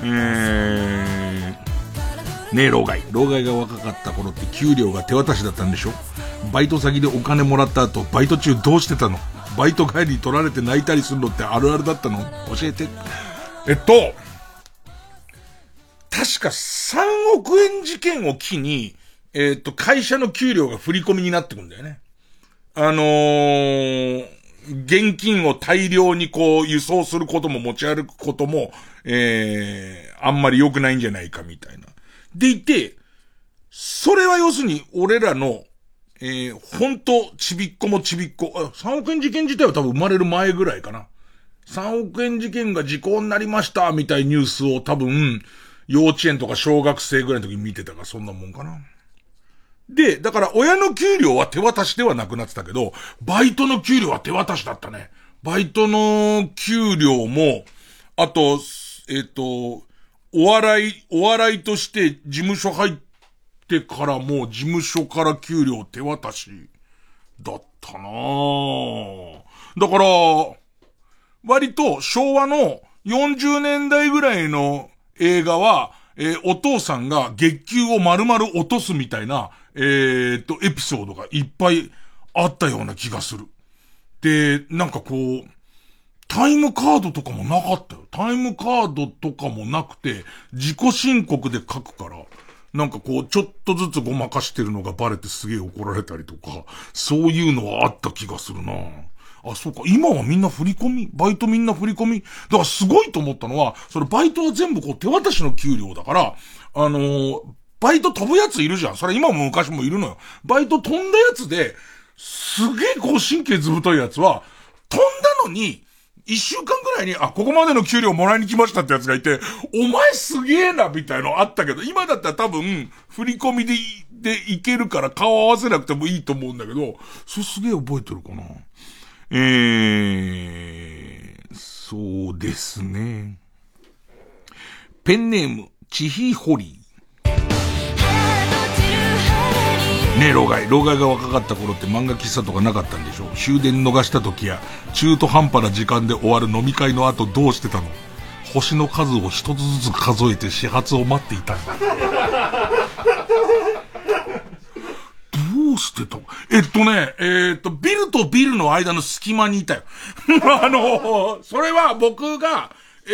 ねえ、老害が若かった頃って給料が手渡しだったんでしょ。バイト先でお金もらった後、バイト中どうしてたの？バイト帰りに取られて泣いたりするのってあるあるだったの？教えて。確か3億円事件を機に、会社の給料が振り込みになってくんだよね。現金を大量にこう輸送することも持ち歩くことも、あんまり良くないんじゃないかみたいな。でいて、それは要するに俺らの、本当ちびっこもちびっこ、3億円事件自体は多分生まれる前ぐらいかな。3億円事件が時効になりましたみたいニュースを多分、幼稚園とか小学生ぐらいの時に見てたからそんなもんかな。で、だから親の給料は手渡しではなくなってたけど、バイトの給料は手渡しだったね。バイトの給料も、あと、お笑いとして事務所入ってからも事務所から給料手渡しだったなぁ。だから、割と昭和の40年代ぐらいの映画は、お父さんが月給を丸々落とすみたいな、エピソードがいっぱいあったような気がする。で、なんかこう、タイムカードとかもなかったよ。タイムカードとかもなくて、自己申告で書くから、なんかこう、ちょっとずつごまかしてるのがバレてすげえ怒られたりとか、そういうのはあった気がするな。あ、そうか。今はみんな振り込み？バイトみんな振り込み？だからすごいと思ったのは、それバイトは全部こう手渡しの給料だから、バイト飛ぶやついるじゃん。それ今も昔もいるのよ。バイト飛んだやつで、すげえこう神経ずぶといやつは、飛んだのに、一週間ぐらいに、ここまでの給料もらいに来ましたってやつがいて、お前すげえな、みたいのあったけど、今だったら多分、振り込みでいけるから顔合わせなくてもいいと思うんだけど、それすげえ覚えてるかな。そうですね。ペンネーム、チヒホリー。ねえ、老害が若かった頃って漫画喫茶とかなかったんでしょ。終電逃した時や中途半端な時間で終わる飲み会の後どうしてたの？星の数を一つずつ数えて始発を待っていたんだ。どうしてた？ビルとビルの間の隙間にいたよ。それは僕が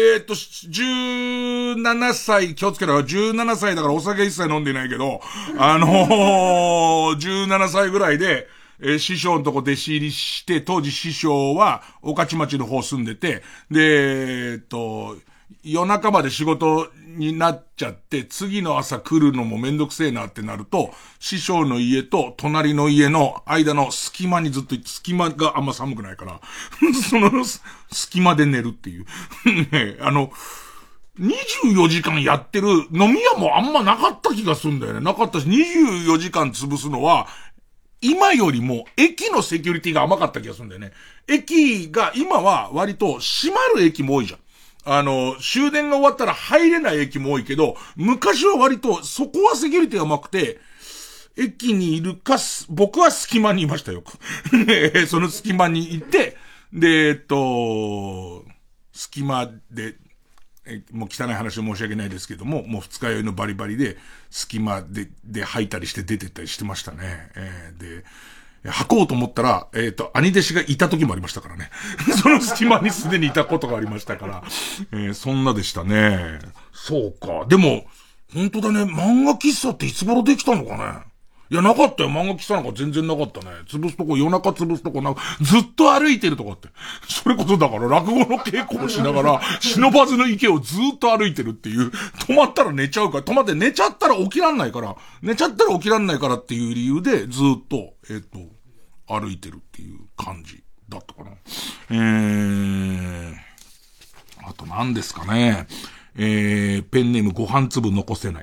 17歳、気をつけろよ。17歳だからお酒一切飲んでないけど、17歳ぐらいで、師匠のとこ弟子入りして、当時師匠は、御徒町の方住んでて、で、夜中まで仕事になっちゃって、次の朝来るのもめんどくせえなってなると、師匠の家と隣の家の間の隙間にずっと、隙間があんま寒くないから、その隙間で寝るっていう。ね、24時間やってる飲み屋もあんまなかった気がするんだよね。なかったし、24時間潰すのは、今よりも駅のセキュリティが甘かった気がするんだよね。駅が今は割と閉まる駅も多いじゃん。終電が終わったら入れない駅も多いけど、昔は割とそこはセキュリティが甘くて、駅にいるか、僕は隙間にいましたよく。その隙間にいて、で、隙間で、もう汚い話申し訳ないですけども、もう二日酔いのバリバリで、隙間で吐いたりして出てったりしてましたね。 吐こうと思ったら、兄弟子がいた時もありましたからね。その隙間にすでにいたことがありましたから。そんなでしたね。そうか。でも、本当だね。漫画喫茶っていつ頃できたのかね。いや、なかったよ。漫画喫茶なんか全然なかったね。潰すとこ、夜中潰すとこなんか、ずっと歩いてるとかって。それこそだから、落語の稽古をしながら、忍ばずの池をずっと歩いてるっていう。止まったら寝ちゃうから、止まって寝ちゃったら起きらんないから、っていう理由で、ずっと、歩いてるっていう感じだったかな。あと何ですかね。ペンネームご飯粒残せない。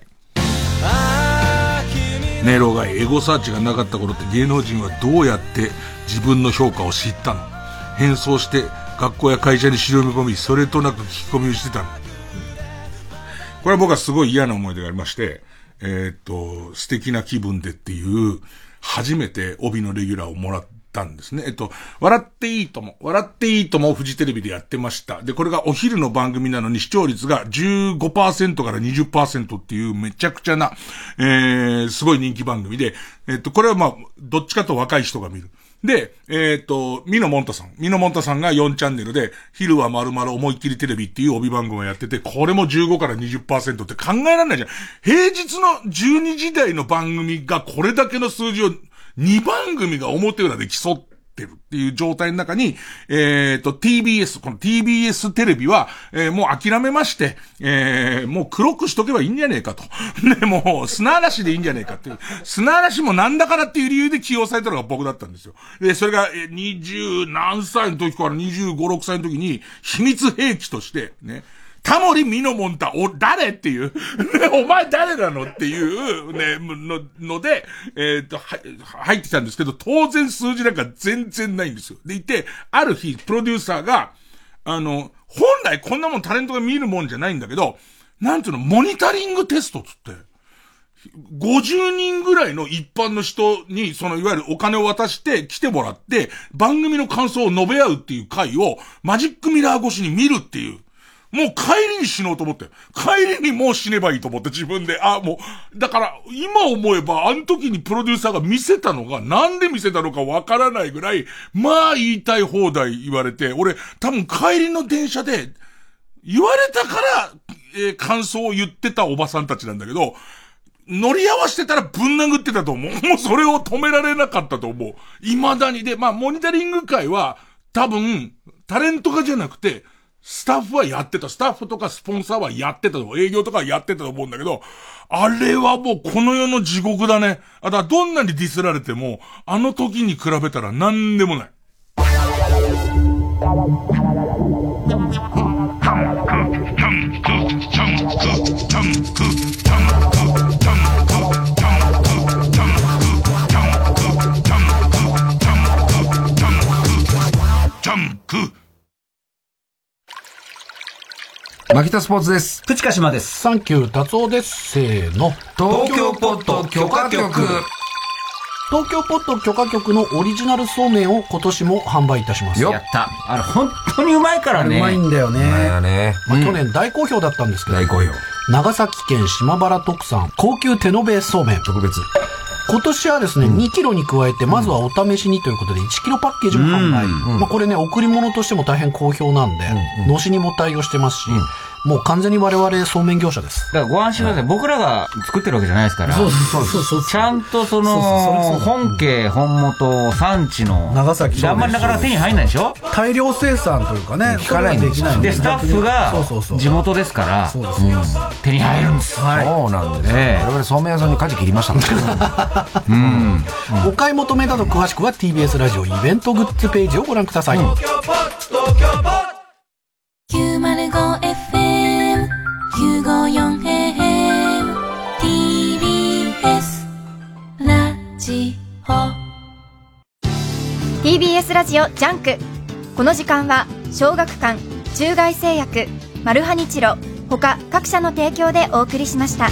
ネロがエゴサーチがなかった頃って芸能人はどうやって自分の評価を知ったの？変装して学校や会社に忍び込み、それとなく聞き込みをしてたの。これは僕はすごい嫌な思い出がありまして、素敵な気分でっていう、初めて帯のレギュラーをもらったんですね。笑っていいともをフジテレビでやってました。で、これがお昼の番組なのに視聴率が 15% から 20% っていうめちゃくちゃな、すごい人気番組で、これはまあ、どっちかと若い人が見る。で、ミノモンタさんが4チャンネルで、昼は丸々思いっきりテレビっていう帯番組をやってて、これも15から 20% って考えられないじゃん。平日の12時台の番組がこれだけの数字を2番組が表裏で競ってるっていう状態の中に、TBS、この TBS テレビは、もう諦めまして、もう黒くしとけばいいんじゃねえかと。で、もう砂嵐でいいんじゃねえかっていう。砂嵐もなんだからっていう理由で起用されたのが僕だったんですよ。で、それが20何歳の時から25、6歳の時に秘密兵器としてね、タモリミノモンタ、誰っていう、お前誰なのっていうね、ので、入ってきたんですけど、当然数字なんか全然ないんですよ。でいて、ある日、プロデューサーが、本来こんなもんタレントが見るもんじゃないんだけど、なんていうの、モニタリングテストつって、50人ぐらいの一般の人に、いわゆるお金を渡して来てもらって、番組の感想を述べ合うっていう回を、マジックミラー越しに見るっていう、もう帰りに死のうと思って。帰りにもう死ねばいいと思って自分で。もう、だから、今思えば、あの時にプロデューサーが見せたのが、なんで見せたのかわからないぐらい、まあ言いたい放題言われて、俺、多分帰りの電車で、言われたから、感想を言ってたおばさんたちなんだけど、乗り合わせてたらぶん殴ってたと思う。もうそれを止められなかったと思う。未だに。で、まあ、モニタリング会は、多分、タレントがじゃなくて、スタッフはやってた。スタッフとかスポンサーはやってたと。営業とかやってたと思うんだけど、あれはもうこの世の地獄だね。だからどんなにディスられても、あの時に比べたら何でもない。 牧田スポーツです。 藤川島です。 サンキュー達夫です。せーの。 東京ポッド許可局。 東京ポッド許可局のオリジナルそうめんを今年も販売いたします。 やった。本当にうまいからね。 うまいんだよね。 うまいよね。 去年大好評だったんですけど。 大好評。 長崎県島原特産高級手延べそうめん。 特別。 今年はですね、2キロに加えて、まずはお試しにということで、1キロパッケージも販売。まあこれね、贈り物としても大変好評なんで、のしにも対応してますし、もう完全に我々そうめん業者です。 だからご安心ください。僕らが作ってるわけじゃないですから。 そう。 ちゃんと本家、本元、産地の。 長崎あんまりなかなか手に入んないでしょ？ 大量生産というかね、 かなりできない。で、スタッフが地元ですから、手に入るんです。 そうなんですね。我々そうめん屋さんに舵切りましたね。 お買い求めなど詳しくは TBS ラジオイベントグッズページをご覧ください。 905FM 954AM TBS ラジオ TBS ラジオジャンク。この時間は小学館、中外製薬、マルハニチロ他各社の提供でお送りしました。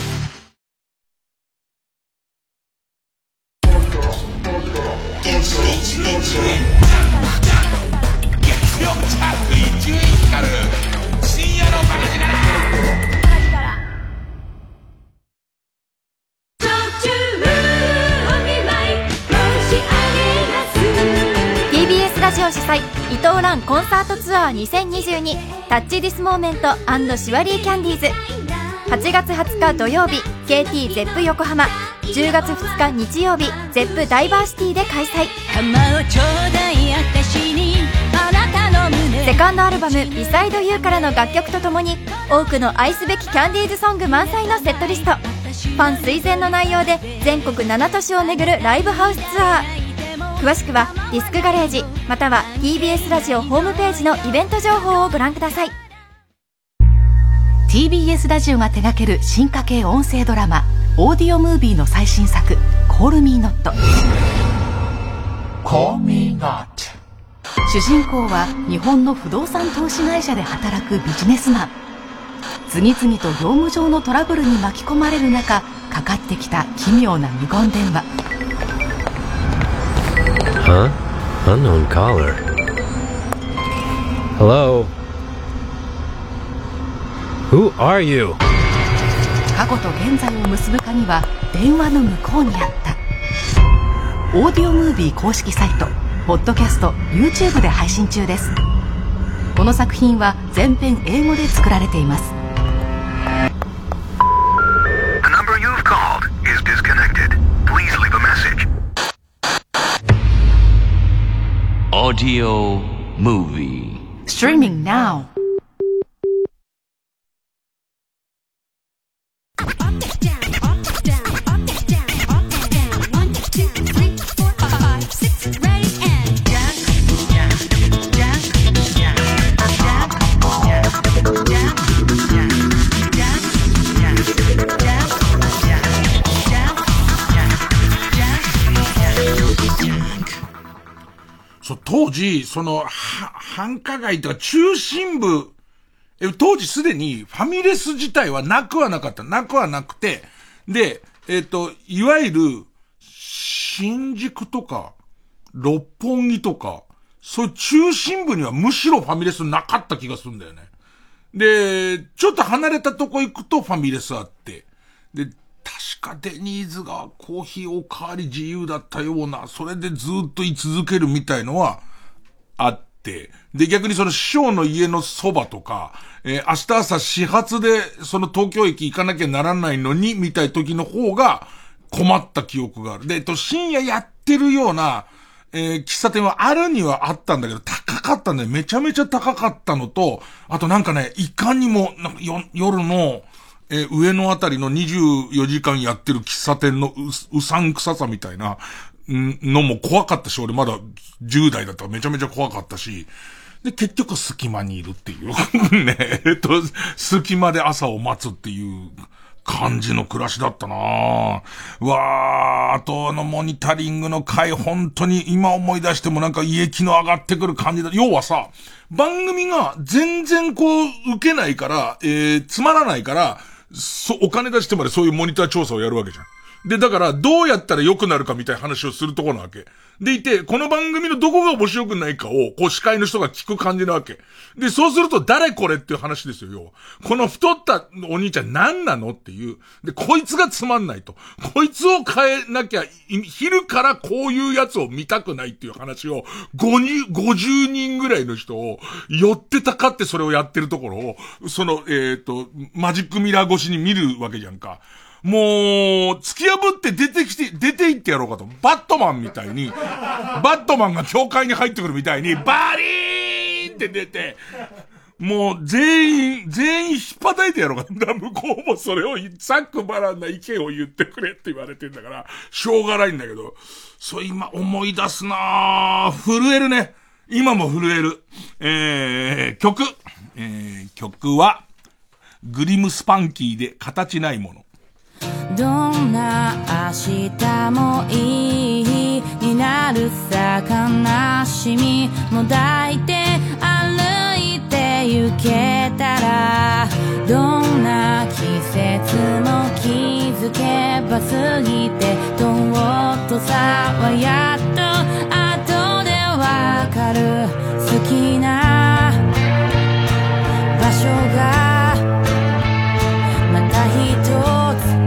主催伊藤蘭コンサートツアー2022タッチディスモーメント&シワリーキャンディーズ。8月20日土曜日 KT ゼップ横浜、10月2日日曜日ゼップダイバーシティで開催。セカンドアルバムビサイドユーからの楽曲とともに多くの愛すべきキャンディーズソング満載のセットリスト。ファン垂涎の内容で全国7都市を巡るライブハウスツアー。詳しくはディスクガレージまたは TBS ラジオホームページのイベント情報をご覧ください。 TBS ラジオが手掛ける進化系音声ドラマオーディオムービーの最新作コールミーノット。 コーミーノット。 主人公は日本の不動産投資会社で働くビジネスマン。次々と業務上のトラブルに巻き込まれる中かかってきた奇妙な無言電話。 Huh? Unknown caller. Hello? Who are you? 過去と現在を結ぶ鍵は電話の向こうにあった。オーディオムービー公式サイトポッドキャスト YouTube で配信中です。この作品は全編英語で作られています。 The number you've called is disconnected. Please leave a message. Audio movie. Streaming now. 当時、繁華街とか中心部、当時すでにファミレス自体はなくはなかった。なくはなくて、で、いわゆる、新宿とか、六本木とか、そういう中心部にはむしろファミレスなかった気がするんだよね。で、ちょっと離れたとこ行くとファミレスあって、で、確かデニーズがコーヒーおかわり自由だったような、それでずっと居続けるみたいのはあって、で、逆にその師匠の家のそばとか、明日朝始発でその東京駅行かなきゃならないのに、みたい時の方が困った記憶がある。で、深夜やってるような、喫茶店はあるにはあったんだけど、高かったんだよ。めちゃめちゃ高かったのと、あとなんかね、いかにも、夜の、上のあたりの24時間やってる喫茶店のうさんくささみたいなのも怖かったし、俺まだ10代だったらめちゃめちゃ怖かったし、で、結局隙間にいるっていう。ね、隙間で朝を待つっていう感じの暮らしだったなぁ。あとモニタリングの回、本当に今思い出してもなんか胃液の上がってくる感じだ。要はさ、番組が全然こう受けないから、つまらないから、お金出してまでそういうモニター調査をやるわけじゃん。で、だから、どうやったら良くなるかみたいな話をするところなわけ。でいて、この番組のどこが面白くないかを、こう司会の人が聞く感じなわけ。で、そうすると誰これっていう話ですよ、要は。この太ったお兄ちゃん何なのっていう。で、こいつがつまんないと。こいつを変えなきゃ、昼からこういうやつを見たくないっていう話を、50人ぐらいの人を、寄ってたかってそれをやってるところを、マジックミラー越しに見るわけじゃんか。もう、突き破って出て行ってやろうかと。バットマンみたいに、バットマンが教会に入ってくるみたいに、バリーンって出て、もう全員引っ叩いてやろうかと。向こうもそれをざっくばらんな意見を言ってくれって言われてんだから、しょうがないんだけど、そう今思い出すなぁ。震えるね。今も震える。曲は、グリムスパンキーで形ないもの。 どんな明日もいい日になるさ、悲しみも抱いて歩いて行けたら、どんな季節も気づけば過ぎて、とっとさはやっと後でわかる。好きな場所がまた一つ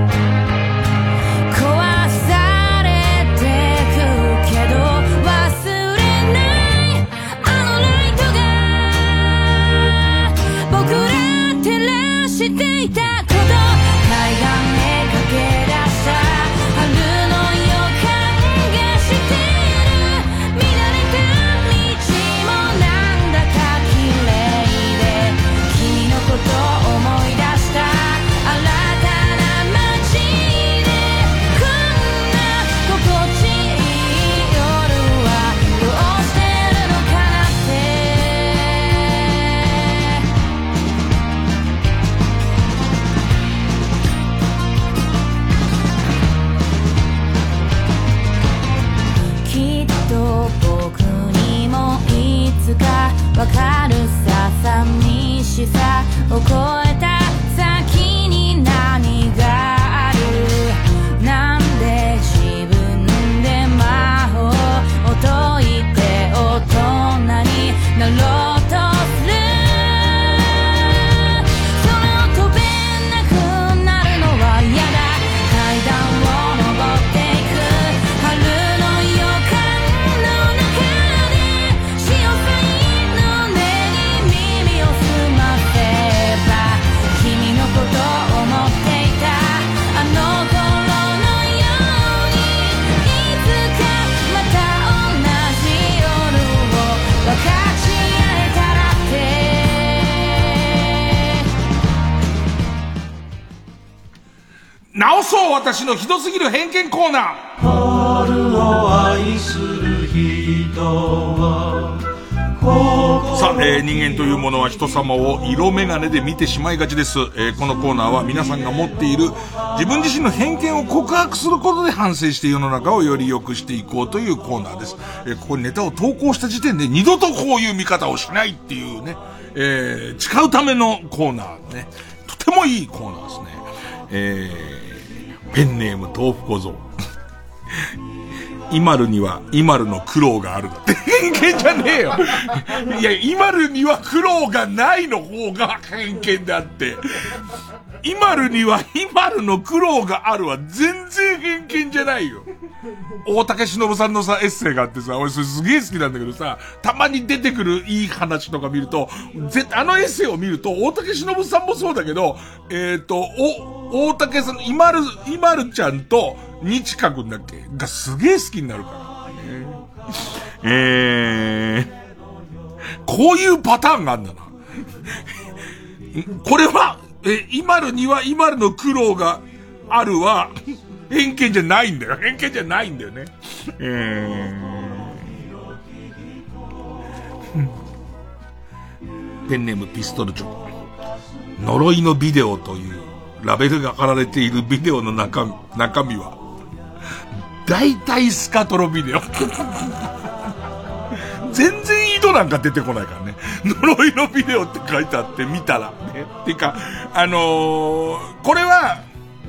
直そう私のひどすぎる偏見コーナー。 春を愛する人はさあ、人間というものは人様を色眼鏡で見てしまいがちです。このコーナーは皆さんが持っている自分自身の偏見を告白することで反省して世の中をより良くしていこうというコーナーです。ここにネタを投稿した時点で二度とこういう見方をしないっていうね、誓うためのコーナーね。とてもいいコーナーですね。ペンネーム豆腐小僧。イマルにはイマルの苦労があるだって偏見じゃねえよ。いや、イマルには苦労がないの方が偏見であって、イマルにはイマルの苦労があるは全然偏見じゃないよ。大竹しのぶさんのさエッセイがあってさ、俺それすげえ好きなんだけどさ、たまに出てくるいい話とか見ると、あのエッセイを見ると大竹しのぶさんもそうだけど、大竹さん、イマルちゃんと日華くんだっけがすげえ好きになるから。こういうパターンがあんだな。これは、イマルにはイマルの苦労があるは、偏見じゃないんだよ。偏見じゃないんだよね。ペンネームピストルチョ。呪いのビデオというラベルが貼られているビデオの中身は、大体スカトロビデオ。全然井戸なんか出てこないからね。呪いのビデオって書いてあって見たらね。っていうか、これは、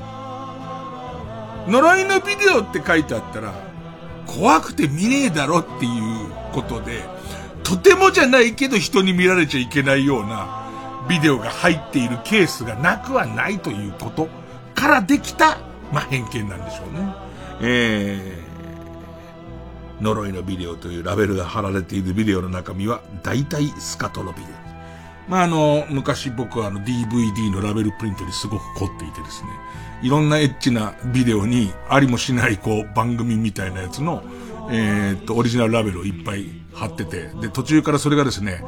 呪いのビデオって書いてあったら、怖くて見ねえだろっていうことで、とてもじゃないけど人に見られちゃいけないようなビデオが入っているケースがなくはないということからできた、偏見なんでしょうね。呪いのビデオというラベルが貼られているビデオの中身は大体スカトロビデオ。昔僕はDVD のラベルプリントにすごく凝っていてですね、いろんなエッチなビデオにありもしない番組みたいなやつのオリジナルラベルをいっぱい貼ってて、で途中からそれがですね、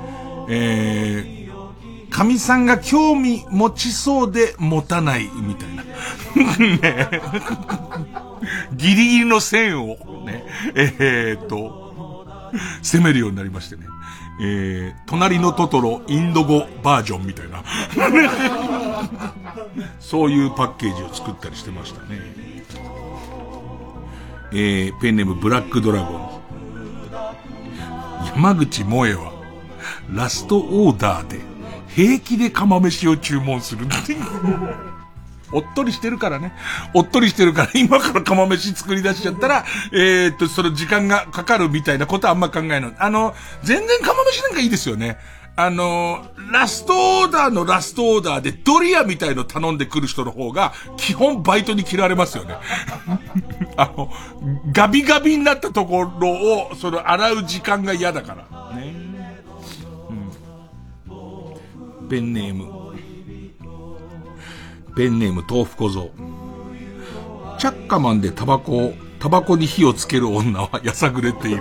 神さんが興味持ちそうで持たないみたいなね、ギリギリの線をね、攻めるようになりましてね。隣のトトロインド語バージョンみたいなそういうパッケージを作ったりしてましたね。ペンネームブラックドラゴン。山口萌えはラストオーダーで平気で釜飯を注文するおっとりしてるからね。おっとりしてるから今から釜飯作り出しちゃったら、その時間がかかるみたいなことはあんま考えない。全然釜飯なんかいいですよね。ラストオーダーのラストオーダーでドリアみたいの頼んでくる人の方が基本バイトに切られますよね。ガビガビになったところを洗う時間が嫌だからね。ペンネーム豆腐小僧。チャッカマンでタバコに火をつける女はやさぐれている。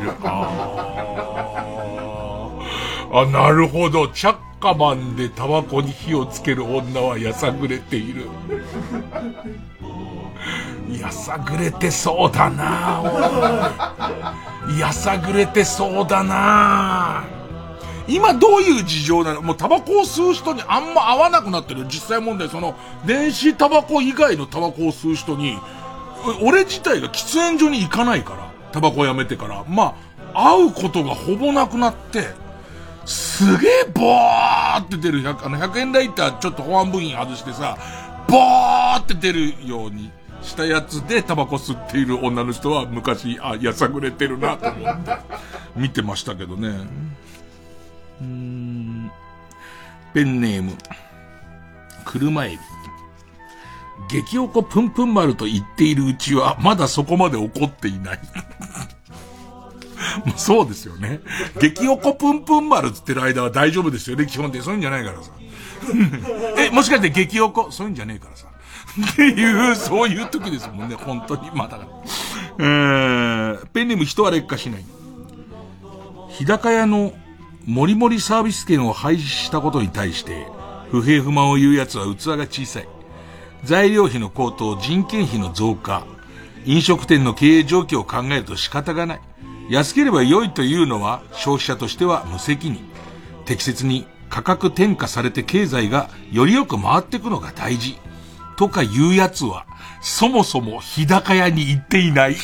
なるほど。チャッカマンでタバコに火をつける女はやさぐれている。やさぐれてそうだな。やさぐれてそうだな。今どういう事情なの？もうタバコを吸う人にあんま合わなくなってる。実際問題、電子タバコ以外のタバコを吸う人に、俺自体が喫煙所に行かないから、タバコをやめてから、会うことがほぼなくなって、すげえボーって出る100円ライターちょっと保安部員外してさ、ボーって出るようにしたやつでタバコ吸っている女の人は昔、やさぐれてるなと思って見てましたけどね。ペンネーム車エビ。激おこぷんぷん丸と言っているうちはまだそこまで怒っていないそうですよね。激おこぷんぷん丸って言ってる間は大丈夫ですよね、基本的に。そういうんじゃないからさもしかして激おこそういうんじゃねえからさっていうそういう時ですもんね、本当に。だからペンネーム人は劣化しない。日高屋のもりもりサービス券を廃止したことに対して不平不満を言う奴は器が小さい。 材料費の高騰、人件費の増加、飲食店の経営状況を考えると仕方がない。安ければ良いというのは消費者としては無責任。適切に価格転嫁されて経済がよりよく回っていくのが大事。とかいうやつは、そもそも日高屋に行っていない。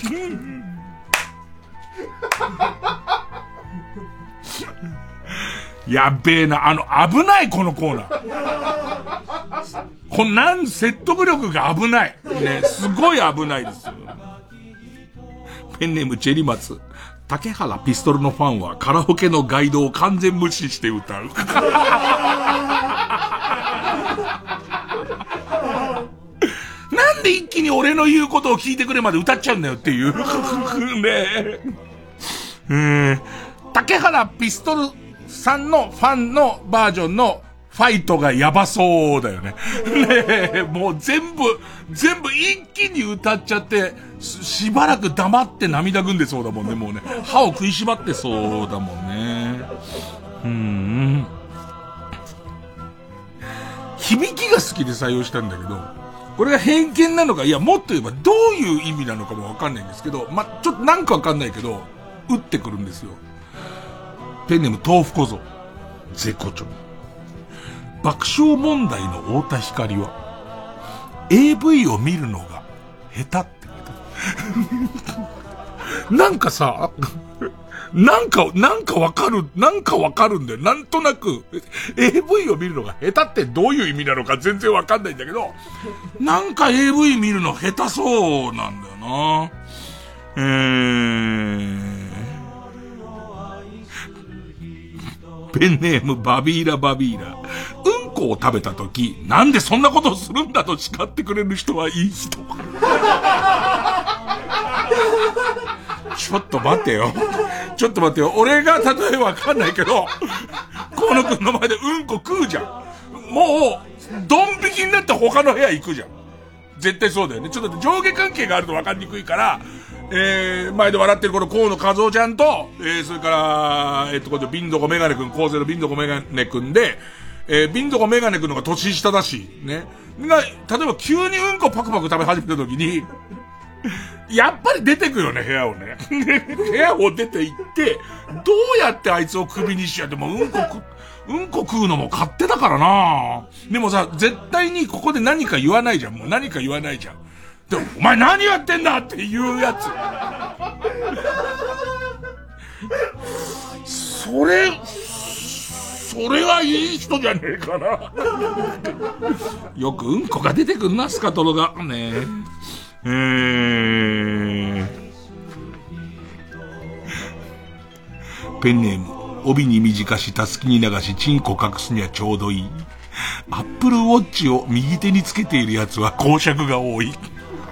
やっべえな、危ないこのコーナー。こん説得力が危ない。ね、すごい危ないですよ。ペンネームチェリマツ。竹原ピストルのファンはカラオケのガイドを完全無視して歌う。なんで一気に俺の言うことを聞いてくれまで歌っちゃうんだよっていう。ね、竹原ピストルさんのファンのバージョンのファイトがやばそうだよね。ね、もう全部一気に歌っちゃって、しばらく黙って涙ぐんでそうだもんね、もうね。歯を食いしばってそうだもんね。響きが好きで採用したんだけど、これが偏見なのか、いや、もっと言えばどういう意味なのかもわかんないんですけど、ちょっとなんかわかんないけど、打ってくるんですよ。ペンネーム豆腐小僧。絶好調。爆笑問題の太田光は AV を見るのが下手って言った。なんかさ、なんかわかるんだよ。なんとなく AV を見るのが下手ってどういう意味なのか全然わかんないんだけど、なんか AV 見るの下手そうなんだよな。ペンネームバビーラ。うんこを食べたとき、なんでそんなことをするんだと叱ってくれる人はいい人。ちょっと待ってよ。俺が例えばわかんないけど、河野くんの前でうんこ食うじゃん。もう、ドン引きになって他の部屋行くじゃん。絶対そうだよね。ちょっと上下関係があるとわかりにくいから、前で笑ってるこの河野和夫ちゃんと、それから、これビンドコメガネくん、構成のビンドコメガネくんで、ビンドコメガネくんのが年下だし、ね。が、例えば急にうんこパクパク食べ始めた時に、やっぱり出てくよね、部屋をね。部屋を出て行って、どうやってあいつをクビにしちゃってもうんこ食うのも勝手だからな。でもさ、絶対にここで何か言わないじゃん。もう何か言わないじゃん。でも、お前何やってんだっていうやつ。それはいい人じゃねえかな。よくうんこが出てくんな、スカトロが。ねペンネーム、帯に短したすきに流し、チンコ隠すにはちょうどいい。アップルウォッチを右手につけているやつは公爵が多い。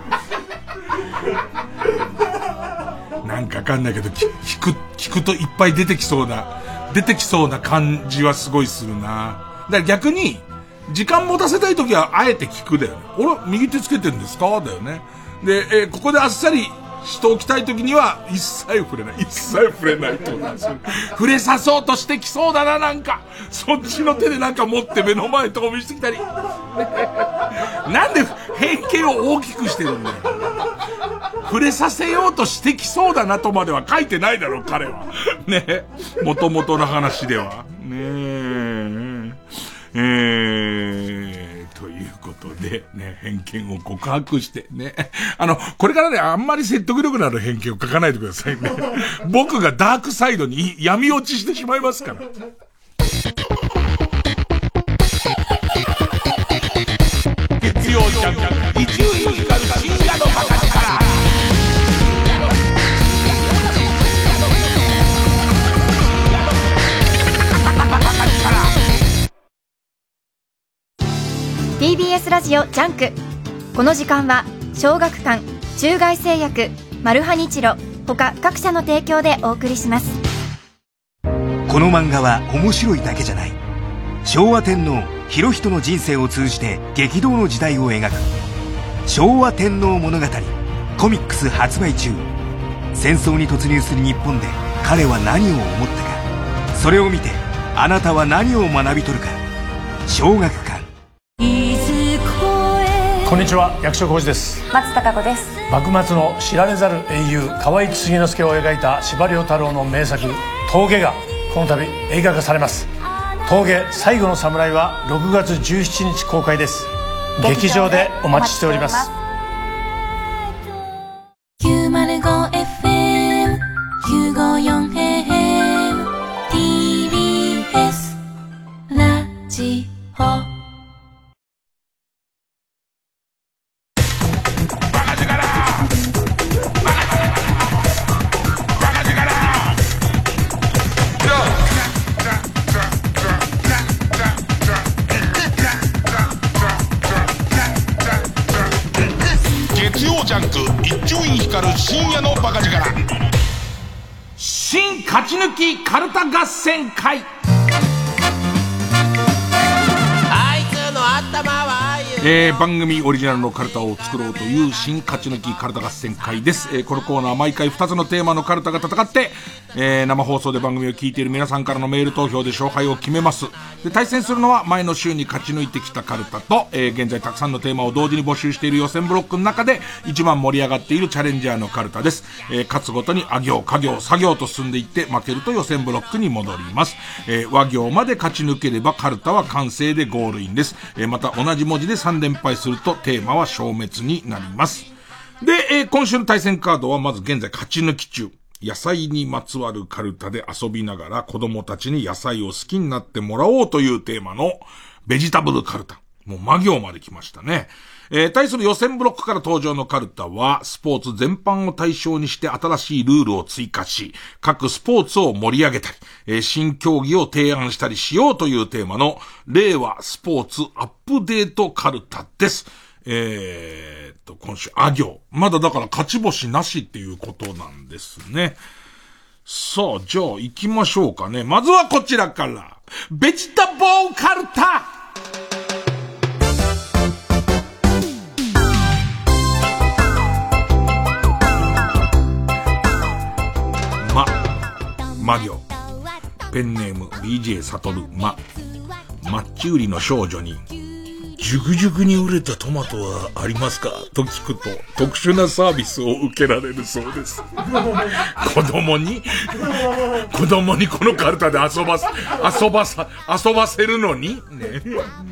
なんかわかんないけど、聞くといっぱい出てきそうな感じはすごいするな。だから逆に、時間持たせたいときはあえて聞くだよね。俺、右手つけてるんですかだよね。で、ここであっさりしておきたいときには、一切触れないってことなんですよ。触れさそうとしてきそうだな、なんか。そっちの手でなんか持って目の前とか見せてきたり。なんで偏見を大きくしてるんだよ。触れさせようとしてきそうだなとまでは書いてないだろ、彼は。ね。元々の話では。ねということで、ね、偏見を告白して、ね。これからね、あんまり説得力のある偏見を書かないでくださいね。僕がダークサイドに闇落ちしてしまいますから。月曜ジャンク、伊集院光る深夜のバカ力。 TBS ラジオジャンク。この時間は小学館、中外製薬、マルハニチロ他各社の提供でお送りします。 この漫画は面白いだけじゃない。昭和天皇裕仁の人生を通じて激動の時代を描く昭和天皇物語コミックス発売中。戦争に突入する日本で彼は何を思ったか、それを見てあなたは何を学び取るか。小学館。 こんにちは、役所広司です。 松たか子です。 幕末の知られざる英雄河合継之助を描いた司馬遼太郎の名作峠がこの度映画化されます。峠最後の侍は6月17日公開です。劇場でお待ちしております。 905FM 954AM TBS ラジオ。 ジャンク一丁院光る深夜のバカ力新勝ち抜きカルタ合戦会。番組オリジナルのカルタを作ろうという新勝ち抜きカルタ合戦会です。このコーナー毎回2つのテーマのカルタが戦って、生放送で番組を聞いている皆さんからのメール投票で勝敗を決めます。で、対戦するのは前の週に勝ち抜いてきたカルタと、現在たくさんのテーマを同時に募集している予選ブロックの中で一番盛り上がっているチャレンジャーのカルタです。勝つごとにあ行、家行、作業と進んでいって負けると予選ブロックに戻ります。和行まで勝ち抜ければカルタは完成でゴールインです。また同じ文字で3連敗するとテーマは消滅になります。で、今週の対戦カードはまず現在勝ち抜き中。野菜にまつわるカルタで遊びながら子供たちに野菜を好きになってもらおうというテーマのベジタブルカルタ。もう魔行まで来ましたね。対する予選ブロックから登場のカルタはスポーツ全般を対象にして新しいルールを追加し、各スポーツを盛り上げたり、新競技を提案したりしようというテーマの令和スポーツアップデートカルタです。今週あ行。まだだから勝ち星なしっていうことなんですね。さあ、じゃあ行きましょうかね。まずはこちらから。ベジタボーカルタ。魔行。ペンネーム BJ サトル。マッチ売りの少女に、熟々に売れたトマトはありますかと聞くと特殊なサービスを受けられるそうです。子供にこのカルタで遊ばせるのに、ね、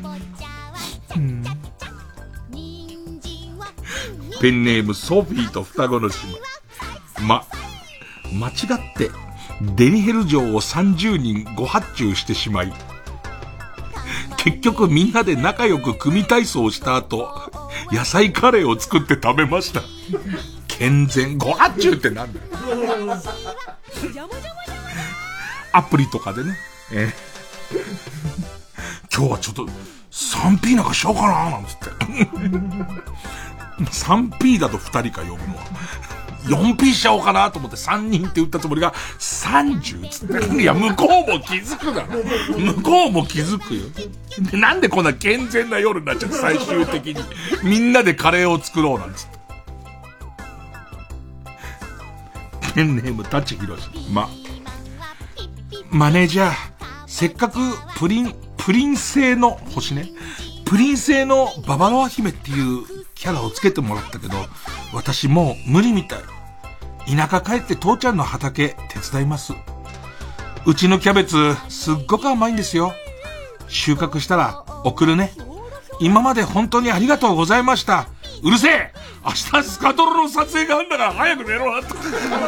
ペンネームソフィーと双子の姉妹。間違ってデリヘル嬢を30人ご発注してしまい、結局みんなで仲良く組体操した後、野菜カレーを作って食べました。健全。ご発注ってなんだよ。アプリとかでね。今日はちょっと 3P なんかしようかななんつって。3P だと2人か呼ぶのは。4P しちゃおうかなと思って3人って言ったつもりが30つって。いや、向こうも気づくだろ。向こうも気づくよ。で、なんでこんな健全な夜になっちゃう最終的に。みんなでカレーを作ろうなんつって。ペンネームタチヒロシ。マネージャー、せっかくプリン製の星ね。プリン製のババロア姫っていうキャラをつけてもらったけど、私もう無理みたい。田舎帰って父ちゃんの畑手伝います。うちのキャベツすっごく甘いんですよ。収穫したら送るね。今まで本当にありがとうございました。うるせえ、明日スカトロの撮影があんだから早く寝ろなと。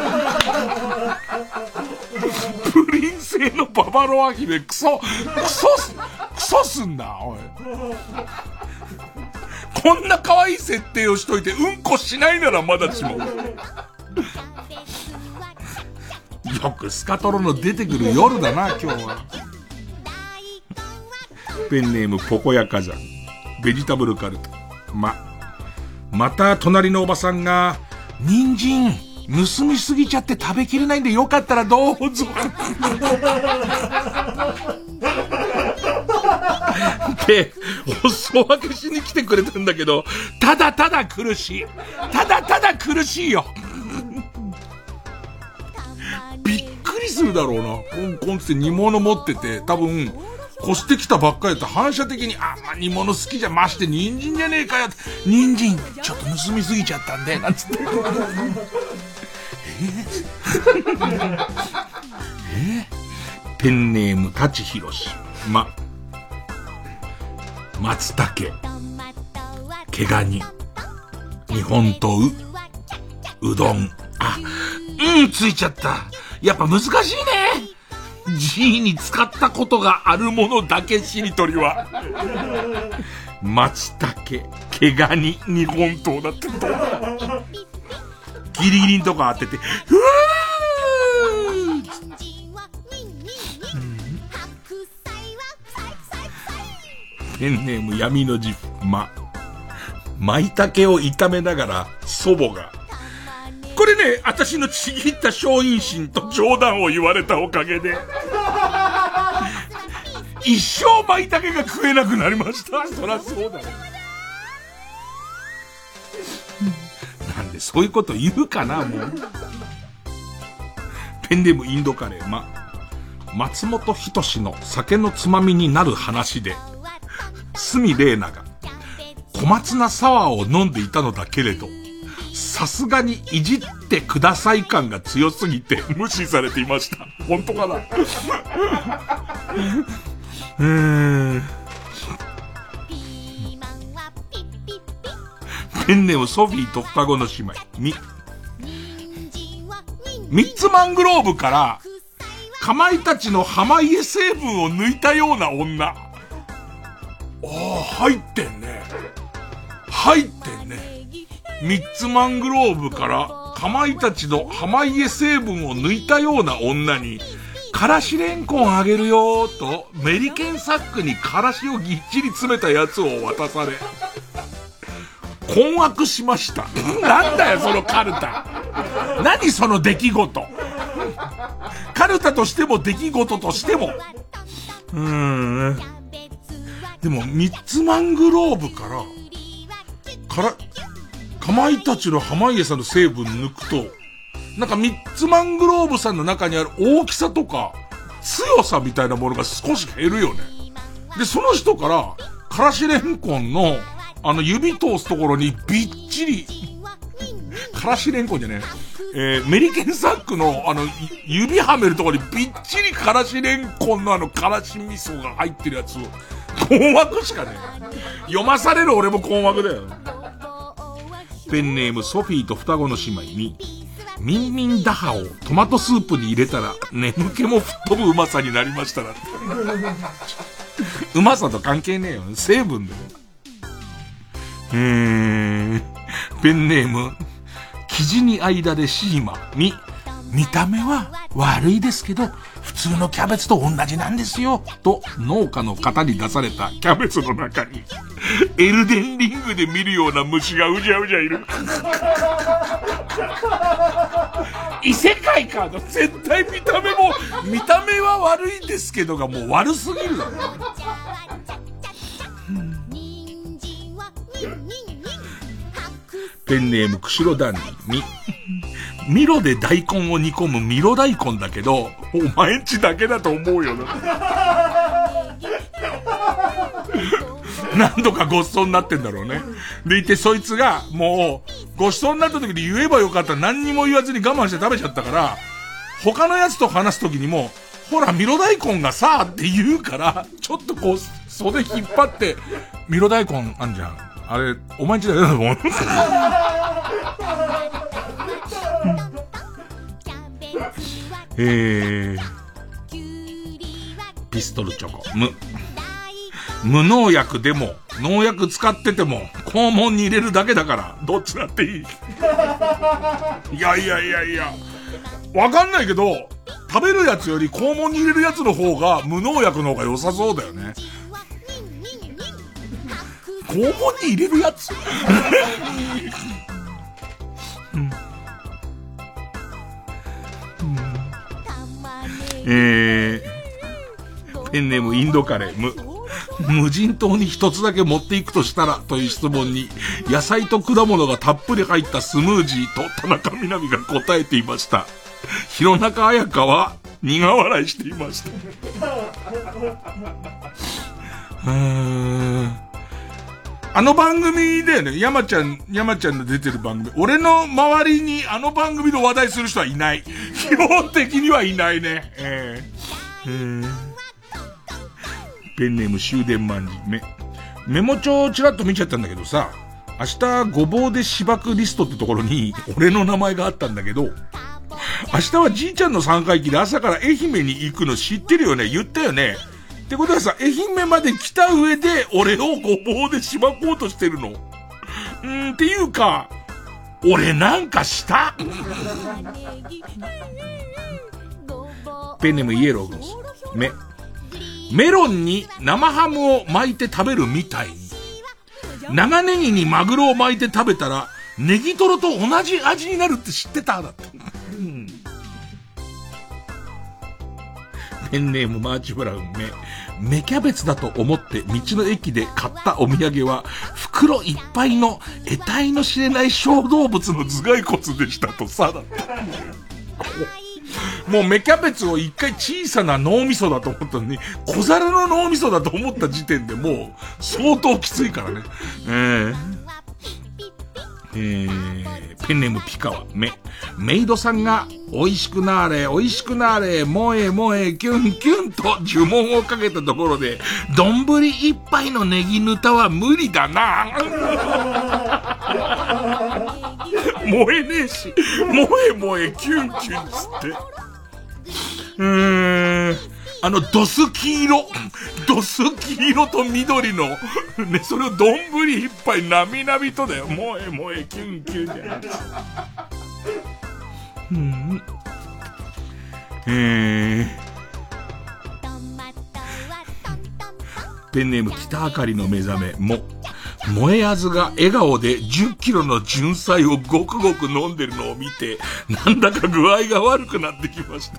プリン製のババロア姫クソすんなおい。こんな可愛い設定をしといてうんこしないならまだしも。よくスカトロの出てくる夜だな今日は。ペンネームポコヤカジャン。ベジタブルカルタ。また隣のおばさんが人参盗みすぎちゃって食べきれないんでよかったらどうぞってお裾分けしに来てくれたんだけど、ただただ苦しいよ。びっくりするだろうな。コンコンって煮物持ってて、多分越してきたばっかりだと反射的に、煮物好きじゃ、まして人参じゃねえかよ。人参、ちょっと盗みすぎちゃったんで、なんつって。ペンネーム、舘ひろし。松茸、毛ガニ、日本刀、うどん。ついちゃった。やっぱ難しいね。G に使ったことがあるものだけしりとりは。松茸、毛ガニ、日本刀だってどうだ。ギリギリのとこ当てて、ペンネーム闇の字、舞茸を炒めながら祖母が、これね、私のちぎった松陰心と冗談を言われたおかげで一生舞茸が食えなくなりました。そりゃそうだね。なんでそういうこと言うかな、もう。ペンネームインドカレー、松本人志の酒のつまみになる話で、鷲見玲奈が小松菜サワーを飲んでいたのだけれど、さすがにいじってください感が強すぎて無視されていました。本当かな。ペンネームソフィーと双子の姉妹。ミッツマングローブからかまいたちの濱家成分を抜いたような女。入ってんね。入ってんね。ミッツマングローブからかまいたちの濱家成分を抜いたような女に、からしれんこんあげるよーとメリケンサックにからしをぎっちり詰めたやつを渡され、困惑しました。なんだよそのカルタ。何その出来事。カルタとしても出来事としても。でもミッツマングローブからかまいたちの濱家さんの成分抜くと、なんかミッツマングローブさんの中にある大きさとか強さみたいなものが少し減るよね。で、その人からからしれんこんの指通すところにびっちりからしれんこんじゃねえ、メリケンサックの指はめるところにびっちりからしれんこんのからし味噌が入ってるやつを、困惑しかねえ。読まされる俺も困惑だよ。ペンネームソフィーと双子の姉妹に、ミンミンダハをトマトスープに入れたら眠気も吹っ飛ぶうまさになりましたなって。うまさと関係ねえよ。成分だよ。ペンネーム生地に間でシーマ見た目は悪いですけど普通のキャベツと同じなんですよと農家の方に出されたキャベツの中にエルデンリングで見るような虫がうじゃうじゃいる。異世界か。絶対見た目は悪いですけどがもう悪すぎるだろ。ペンネーム釧路ダンディミロで大根を煮込むミロ大根だけどお前んちだけだと思うよな。何度かごちそうになってんだろうね。でいてそいつがもうごちそうになった時に言えばよかったら何にも言わずに我慢して食べちゃったから、他のやつと話す時にもほらミロ大根がさって言うからちょっとこう袖引っ張ってミロ大根あんじゃんあれお前んちだよなもん。ピストルチョコ無農薬でも農薬使ってても肛門に入れるだけだからどっちだっていい。いやわかんないけど食べるやつより肛門に入れるやつの方が無農薬の方が良さそうだよね。肛門に入れるやつペンネームインドカレー無人島に一つだけ持っていくとしたらという質問に野菜と果物がたっぷり入ったスムージーと田中みな実が答えていました。弘中綾香は苦笑いしていました。 あの番組だよね。山ちゃんの出てる番組。俺の周りにあの番組の話題する人はいない。基本的にはいないね。ペンネーム終電万事。メモ帳ちらっと見ちゃったんだけどさ、明日ごぼうで芝生リストってところに俺の名前があったんだけど、明日はじいちゃんの3回忌で朝から愛媛に行くの知ってるよね。言ったよね。ってことはさ、愛媛まで来た上で俺をごぼうでしばこうとしてるの。っていうか、俺なんかしたペンネームイエローグンス。メロンに生ハムを巻いて食べるみたいに、長ネギにマグロを巻いて食べたらネギトロと同じ味になるって知ってただって。ペンネームマーチブラウン。芽キャベツだと思って道の駅で買ったお土産は袋いっぱいの得体の知れない小動物の頭蓋骨でしたとさだって。もう芽キャベツを一回小さな脳みそだと思ったのに小皿の脳みそだと思った時点でもう相当きついからね。ペンネームピカワ。メイドさんが美味しくなーれ美味しくなーれもえもえキュンキュンと呪文をかけたところで丼一杯のネギぬたは無理だな。燃えねえしもえもえキュンキュンつってドス黄色と緑の、ね、それを丼一杯なみなみとだよ。もえもえキュンキュンじゃなくて。ペンネーム北あかりの目覚め。萌えあずが笑顔で10キロの純菜をごくごく飲んでるのを見て、なんだか具合が悪くなってきました。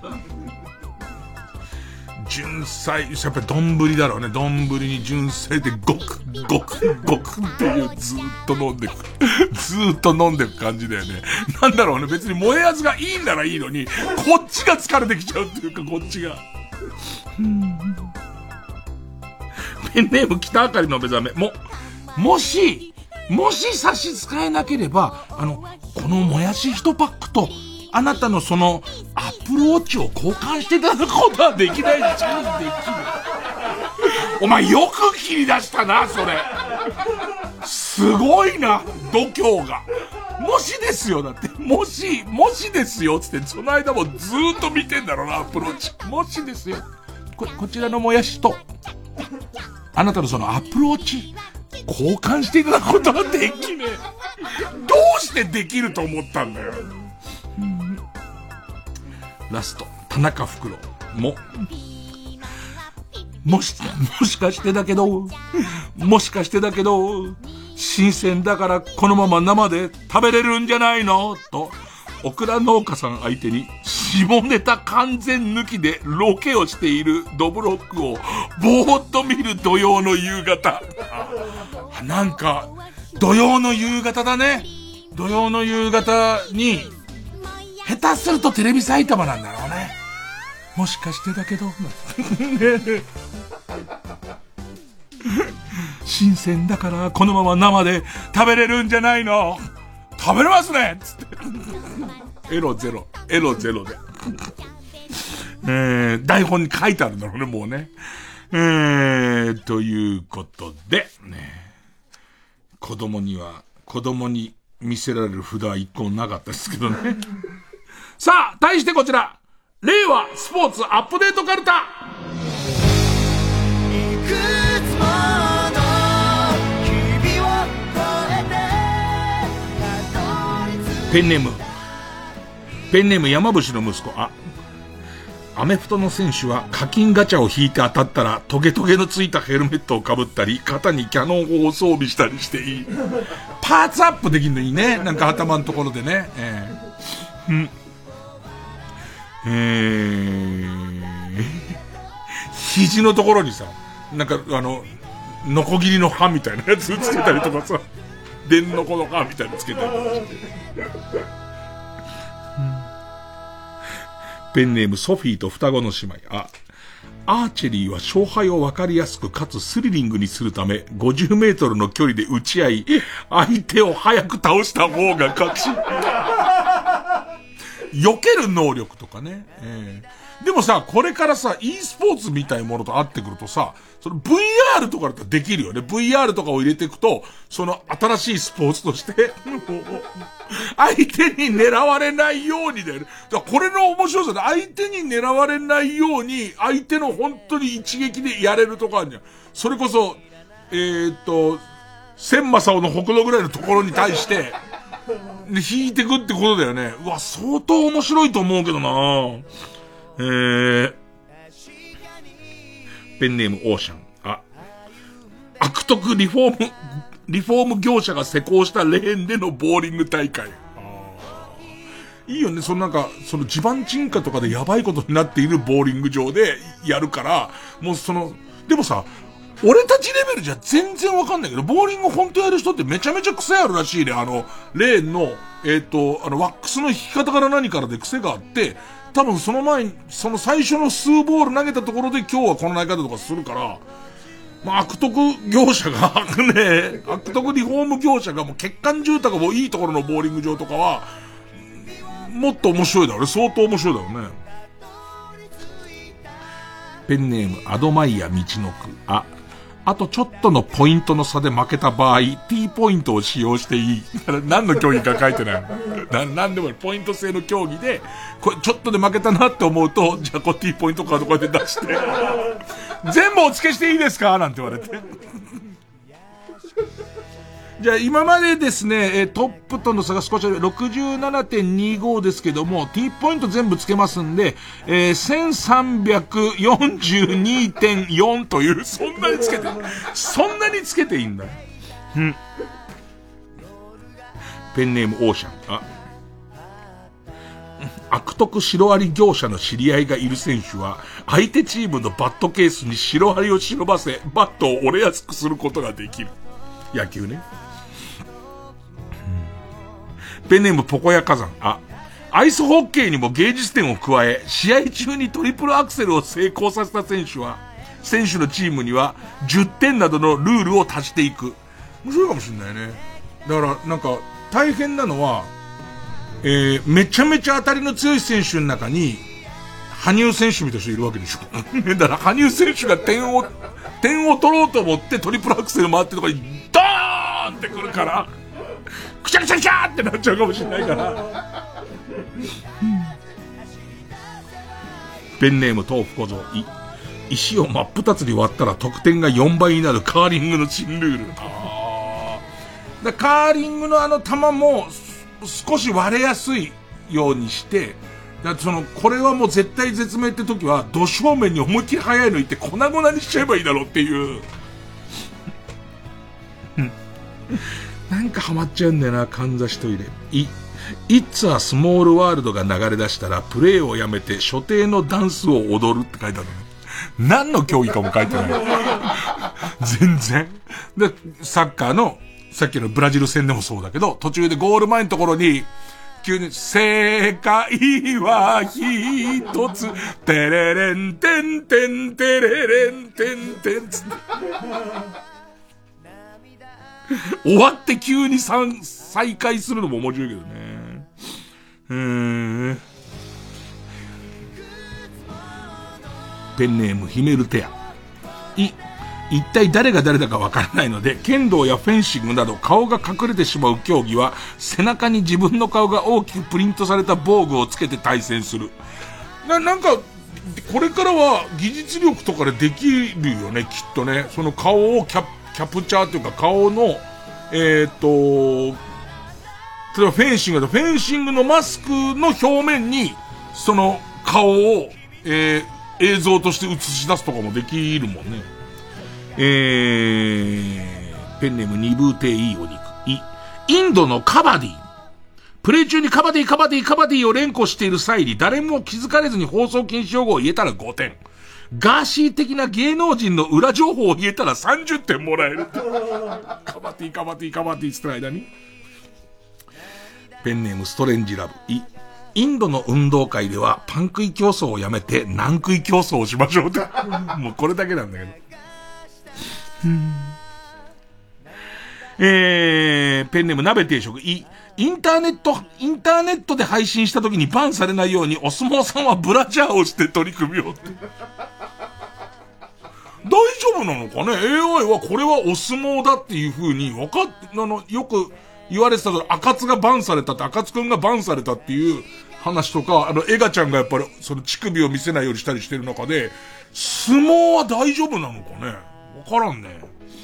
純菜、やっぱり丼だろうね。丼に純菜でごくごくごくっていうずーっと飲んでく感じだよね。なんだろうね。別に萌えあずがいいんならいいのに、こっちが疲れてきちゃうっていうか、こっちが。ペンネーム北あかりの目覚め。もし差し支えなければ、このもやし1パックと、あなたのそのアップルウォッチを交換していただくことはできないでしょ。できる。お前よく切り出したな、それ。すごいな、度胸が。もしですよ、だって。もしですよ、つって、その間もずーっと見てんだろうな、アップルウォッチ。もしですよ。こちらのもやしと、あなたのそのアップルウォッチ、交換していただくことはできねえ。どうしてできると思ったんだよ。ラスト、田中フクロウ。もしかしてだけど、新鮮だからこのまま生で食べれるんじゃないのと、オクラ農家さん相手に下ネタ完全抜きでロケをしているドブロックをぼーっと見る土曜の夕方。なんか、土曜の夕方だね。土曜の夕方に、下手するとテレビ埼玉なんだろうね。もしかしてだけど。新鮮だからこのまま生で食べれるんじゃないの。食べれますねつってエロゼロで台本に書いてあるんだろうね、もうね。ということで、子供に見せられる札は一個もなかったですけどね。さあ、対してこちら、令和スポーツアップデートカルタ。ペンネーム山伏の息子。アメフトの選手は課金ガチャを引いて当たったらトゲトゲのついたヘルメットをかぶったり、肩にキャノン砲を装備したりしていい。パーツアップできるのにね、なんか頭のところでね。肘のところにさ、なんかノコギリの刃みたいなやつつけたりとかさ、電のこの刃みたいなのつけたりとかして。ペンネームソフィーと双子の姉妹。 アーチェリーは勝敗を分かりやすくかつスリリングにするため、50メートルの距離で打ち合い、相手を早く倒した方が勝ち。避ける能力とかね。でもさ、これからさ、e スポーツみたいなものと合ってくるとさ、その VR とかだったらできるよね。VR とかを入れていくと、その新しいスポーツとして、相手に狙われないようにだよね。だからこれの面白さで相手に狙われないように、相手の本当に一撃でやれるとかあるじゃん。それこそ、千正雄の北路ぐらいのところに対して、引いてくってことだよね。うわ、相当面白いと思うけどなペンネームオーシャン。悪徳リフォーム業者が施工したレーンでのボーリング大会。いいよね。その地盤沈下とかでやばいことになっているボーリング場でやるから、もうでもさ、俺たちレベルじゃ全然わかんないけど、ボーリング本当やる人ってめちゃめちゃ癖あるらしいね。レーンの、ワックスの引き方から何からで癖があって、多分その前に、その最初の数ボール投げたところで今日はこの投げ方とかするから、まあ、悪徳業者が、ね、悪徳リフォーム業者がもう欠陥住宅もいいところのボーリング場とかは、もっと面白いだろうね。相当面白いだろうね。ペンネームアドマイヤ道のく。あとちょっとのポイントの差で負けた場合、T ポイントを使用していい。何の競技か書いてない。何でもいい。ポイント制の競技で、これちょっとで負けたなって思うと、じゃあT ポイントカードこうやって出して、全部お付けしていいですかなんて言われて。じゃあ今までですね、トップとの差が少し 67.25 ですけども、T ポイント全部つけますんで、1342.4 という、そんなにつけていいんだ。ペンネームオーシャン。悪徳シロアリ業者の知り合いがいる選手は、相手チームのバットケースにシロアリを忍ばせ、バットを折れやすくすることができる。野球ね。ペンネームポコヤ火山。アイスホッケーにも芸術点を加え、試合中にトリプルアクセルを成功させた選手のチームには10点などのルールを足していく。面白いかもしれないね。だからなんか大変なのは、めちゃめちゃ当たりの強い選手の中に羽生選手みたいな人いるわけでしょ。だから羽生選手が点を取ろうと思ってトリプルアクセル回ってるところにドーンってくるから、くちゃくちゃくちゃってなっちゃうかもしれないから。ペンネーム豆腐小僧。石を真っ二つに割ったら得点が4倍になるカーリングの新ルール。カーリングの球も少し割れやすいようにして、これはもう絶対絶命って時は、ど正面に思いっきり速いのいって粉々にしちゃえばいいだろうっていう。なんかハマっちゃうんだよな、かんざしトイレ。It's a Small World が流れ出したら、プレイをやめて所定のダンスを踊るって書いてあるの。何の競技かも書いてない。全然。で、サッカーの、さっきのブラジル戦でもそうだけど、途中でゴール前のところに、急に、世界は一つ、テレレンテンテンテレレンテンテンつって。終わって急に再開するのも面白いけどね。ペンネームヒメルテア。一体誰が誰だかわからないので、剣道やフェンシングなど顔が隠れてしまう競技は、背中に自分の顔が大きくプリントされた防具をつけて対戦する。なんか、これからは技術力とかでできるよね、きっとね。その顔をキャプチャーというか顔の、例えばフェンシングのマスクの表面に、その顔を、映像として映し出すとかもできるもんね。ペンネームニブーテイお肉。インドのカバディ。プレイ中にカバディを連呼している際に誰も気づかれずに放送禁止用語を言えたら5点。ガーシー的な芸能人の裏情報を言えたら30点もらえる。カバティって間に。ペンネームストレンジラブ。 インドの運動会ではパン食い競争をやめてナン食い競争をしましょうって。もうこれだけなんだけど。ペンネーム鍋定食。インターネットで配信した時にバンされないようにお相撲さんはブラジャーをして取り組みようって。大丈夫なのかね？ AI はこれはお相撲だっていう風によく言われてたから、赤津がバンされたって、赤津くんがバンされたっていう話とか、エガちゃんがやっぱりその乳首を見せないようにしたりしてる中で、相撲は大丈夫なのかね？わからんね。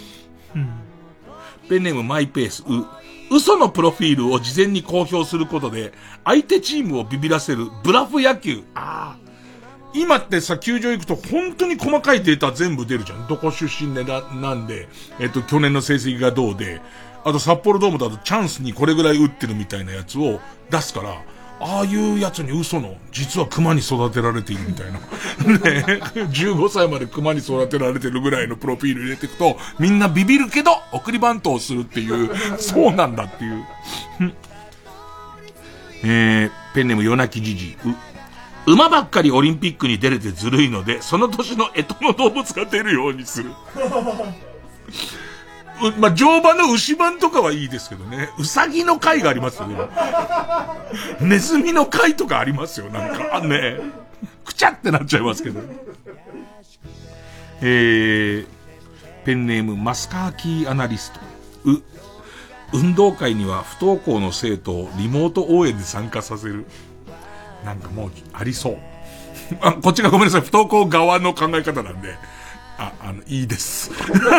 ペンネームマイペース。嘘のプロフィールを事前に公表することで、相手チームをビビらせるブラフ野球。今ってさ、球場行くと本当に細かいデータ全部出るじゃん。どこ出身でなんで、去年の成績がどうで、あと札幌ドームだとチャンスにこれぐらい打ってるみたいなやつを出すから、ああいうやつに嘘の、実は熊に育てられているみたいな。ね、15歳まで熊に育てられてるぐらいのプロフィール入れていくと、みんなビビるけど、送りバントをするっていう、そうなんだっていう。ペンネーム夜泣きじじい。馬ばっかりオリンピックに出れてずるいので、その年の干支の動物が出るようにする。まあ、乗馬の牛番とかはいいですけどね。うさぎの会がありますよね。ネズミの会とかありますよ。なんか、ね。くちゃってなっちゃいますけど。ペンネームマスカーキーアナリスト。運動会には不登校の生徒をリモート応援で参加させる。なんかもうありそう。こっちがごめんなさい。不登校側の考え方なんで。いいです。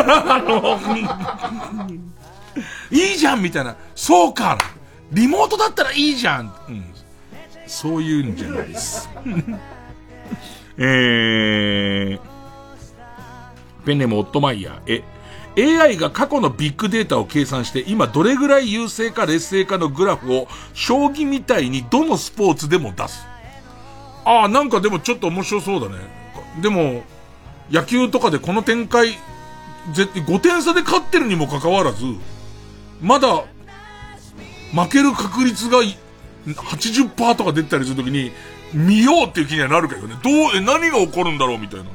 いいじゃんみたいな。そうか。リモートだったらいいじゃん。そういうんじゃないです。ペンネームオットマイヤー。AI が過去のビッグデータを計算して今どれぐらい優勢か劣勢かのグラフを将棋みたいにどのスポーツでも出す。なんかでもちょっと面白そうだね。でも野球とかでこの展開5点差で勝ってるにもかかわらずまだ負ける確率が 80% とか出たりするときに見ようっていう気にはなるけどね。何が起こるんだろうみたいな。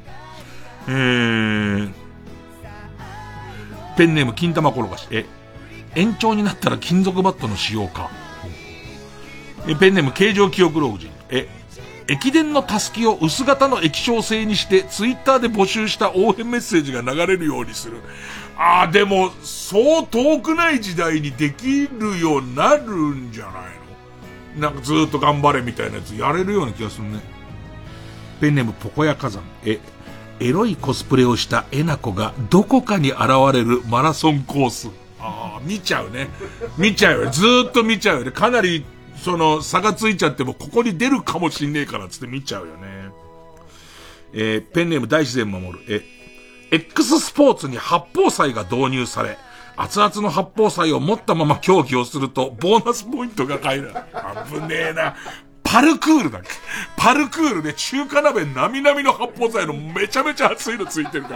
ペンネーム金玉転がし。延長になったら金属バットの使用か。ペンネーム形状記憶老人。駅伝のタスキを薄型の液晶製にしてツイッターで募集した応援メッセージが流れるようにする。でもそう遠くない時代にできるようになるんじゃないの？なんかずーっと頑張れみたいなやつやれるような気がするね。ペンネームポコヤ火山。エロいコスプレをしたエナコがどこかに現れるマラソンコース。見ちゃうね。見ちゃうよ。ずーっと見ちゃうよね。かなり差がついちゃってもここに出るかもしんねえからつって見ちゃうよね。ペンネーム大自然守る。X スポーツに八宝菜が導入され、熱々の八宝菜を持ったまま競技をするとボーナスポイントが入る。危ねえな。パルクールだっけ？パルクールで中華鍋なみなみの八宝菜のめちゃめちゃ熱いのついてるから。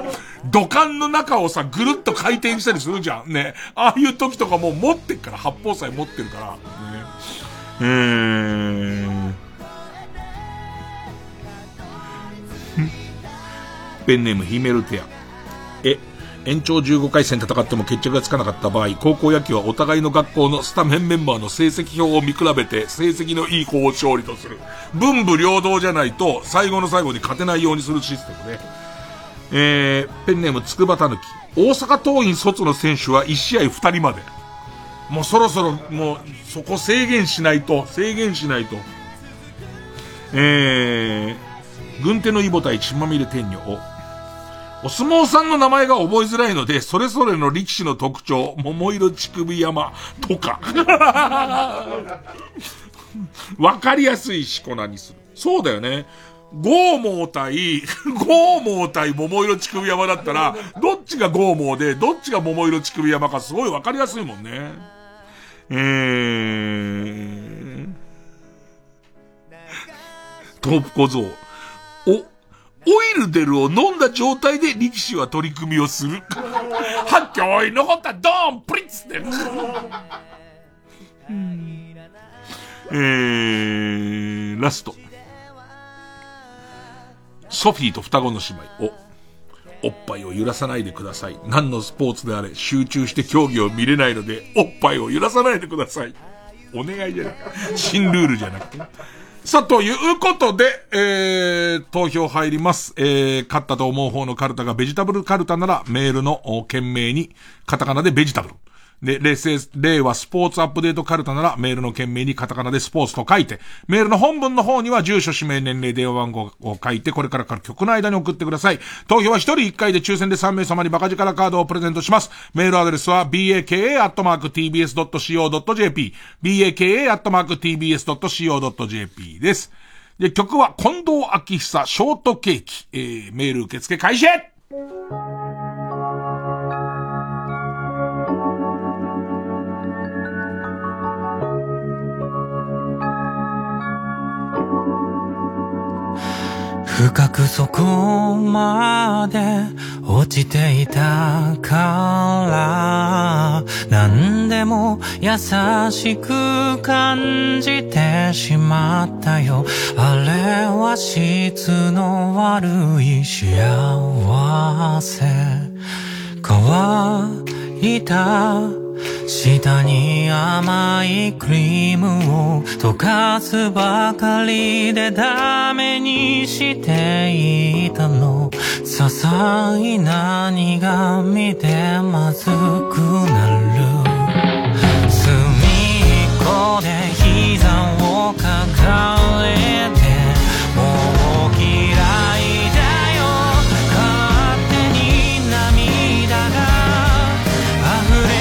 土管の中をさ、ぐるっと回転したりするじゃん。ね。ああいう時とかもう持ってっから、八宝菜持ってるから。ペンネームヒメルテア。延長15回戦戦っても決着がつかなかった場合、高校野球はお互いの学校のスタメンメンバーの成績表を見比べて成績のいい方を勝利とする。文武両道じゃないと最後の最後に勝てないようにするシステムね。ペンネームつくばたぬき。大阪桐蔭卒の選手は1試合2人まで。もうそろそろもうそこ制限しないと。軍手のイボ対血まみれ天女を。お相撲さんの名前が覚えづらいので、それぞれの力士の特徴、桃色乳首山とか。わかりやすいしこ名にする。そうだよね。剛毛対桃色乳首山だったら、どっちが剛毛で、どっちが桃色乳首山かすごいわかりやすいもんね。トープ小僧。オイルデルを飲んだ状態で力士は取り組みをする。はっきょい残ったドーンプリッツって。 ラスト。ソフィーと双子の姉妹。おっぱいを揺らさないでください。何のスポーツであれ、集中して競技を見れないので、おっぱいを揺らさないでください。お願いじゃなくて、新ルールじゃなくて。さあ、ということで、投票入ります。勝ったと思う方のカルタがベジタブルカルタなら、メールの件名に、カタカナでベジタブル。で、令和スポーツアップデートカルタなら、メールの件名にカタカナでスポーツと書いて、メールの本文の方には住所、氏名、年齢、電話番号を書いて、これから曲の間に送ってください。投票は1人1回で抽選で3名様にバカ力カードをプレゼントします。メールアドレスは baka@tbs.co.jp baka@tbs.co.jp です。で、曲は近藤明久ショートケーキ。メール受付開始。 深くそこまで落ちていたから何でも優しく感じてしまったよ。あれは質の悪い幸せ。乾いた下に甘いクリームを溶かすばかりでダメにしていたの。些細な苦味でまずくなる。隅っこで膝を抱えてもう嫌いだよ。勝手に涙が溢れ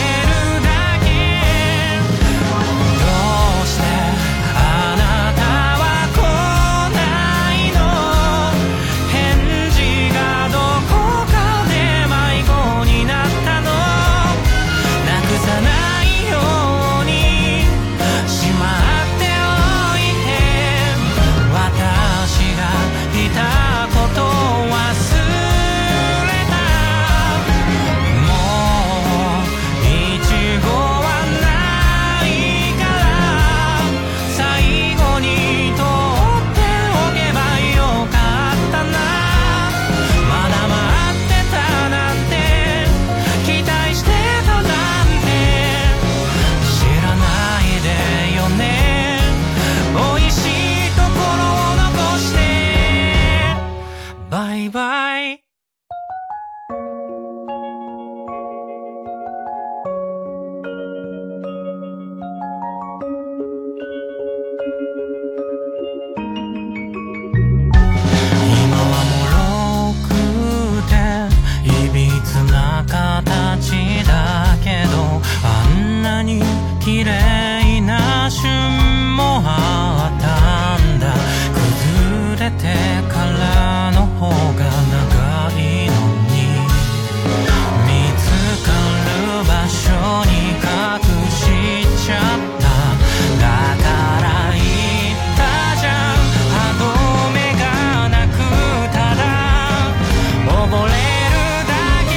綺麗な旬もあったんだ。崩れてからの方が長いのに見つかる場所に隠しちゃった。だから言ったじゃん、歯止めがなくただ溺れるだけ。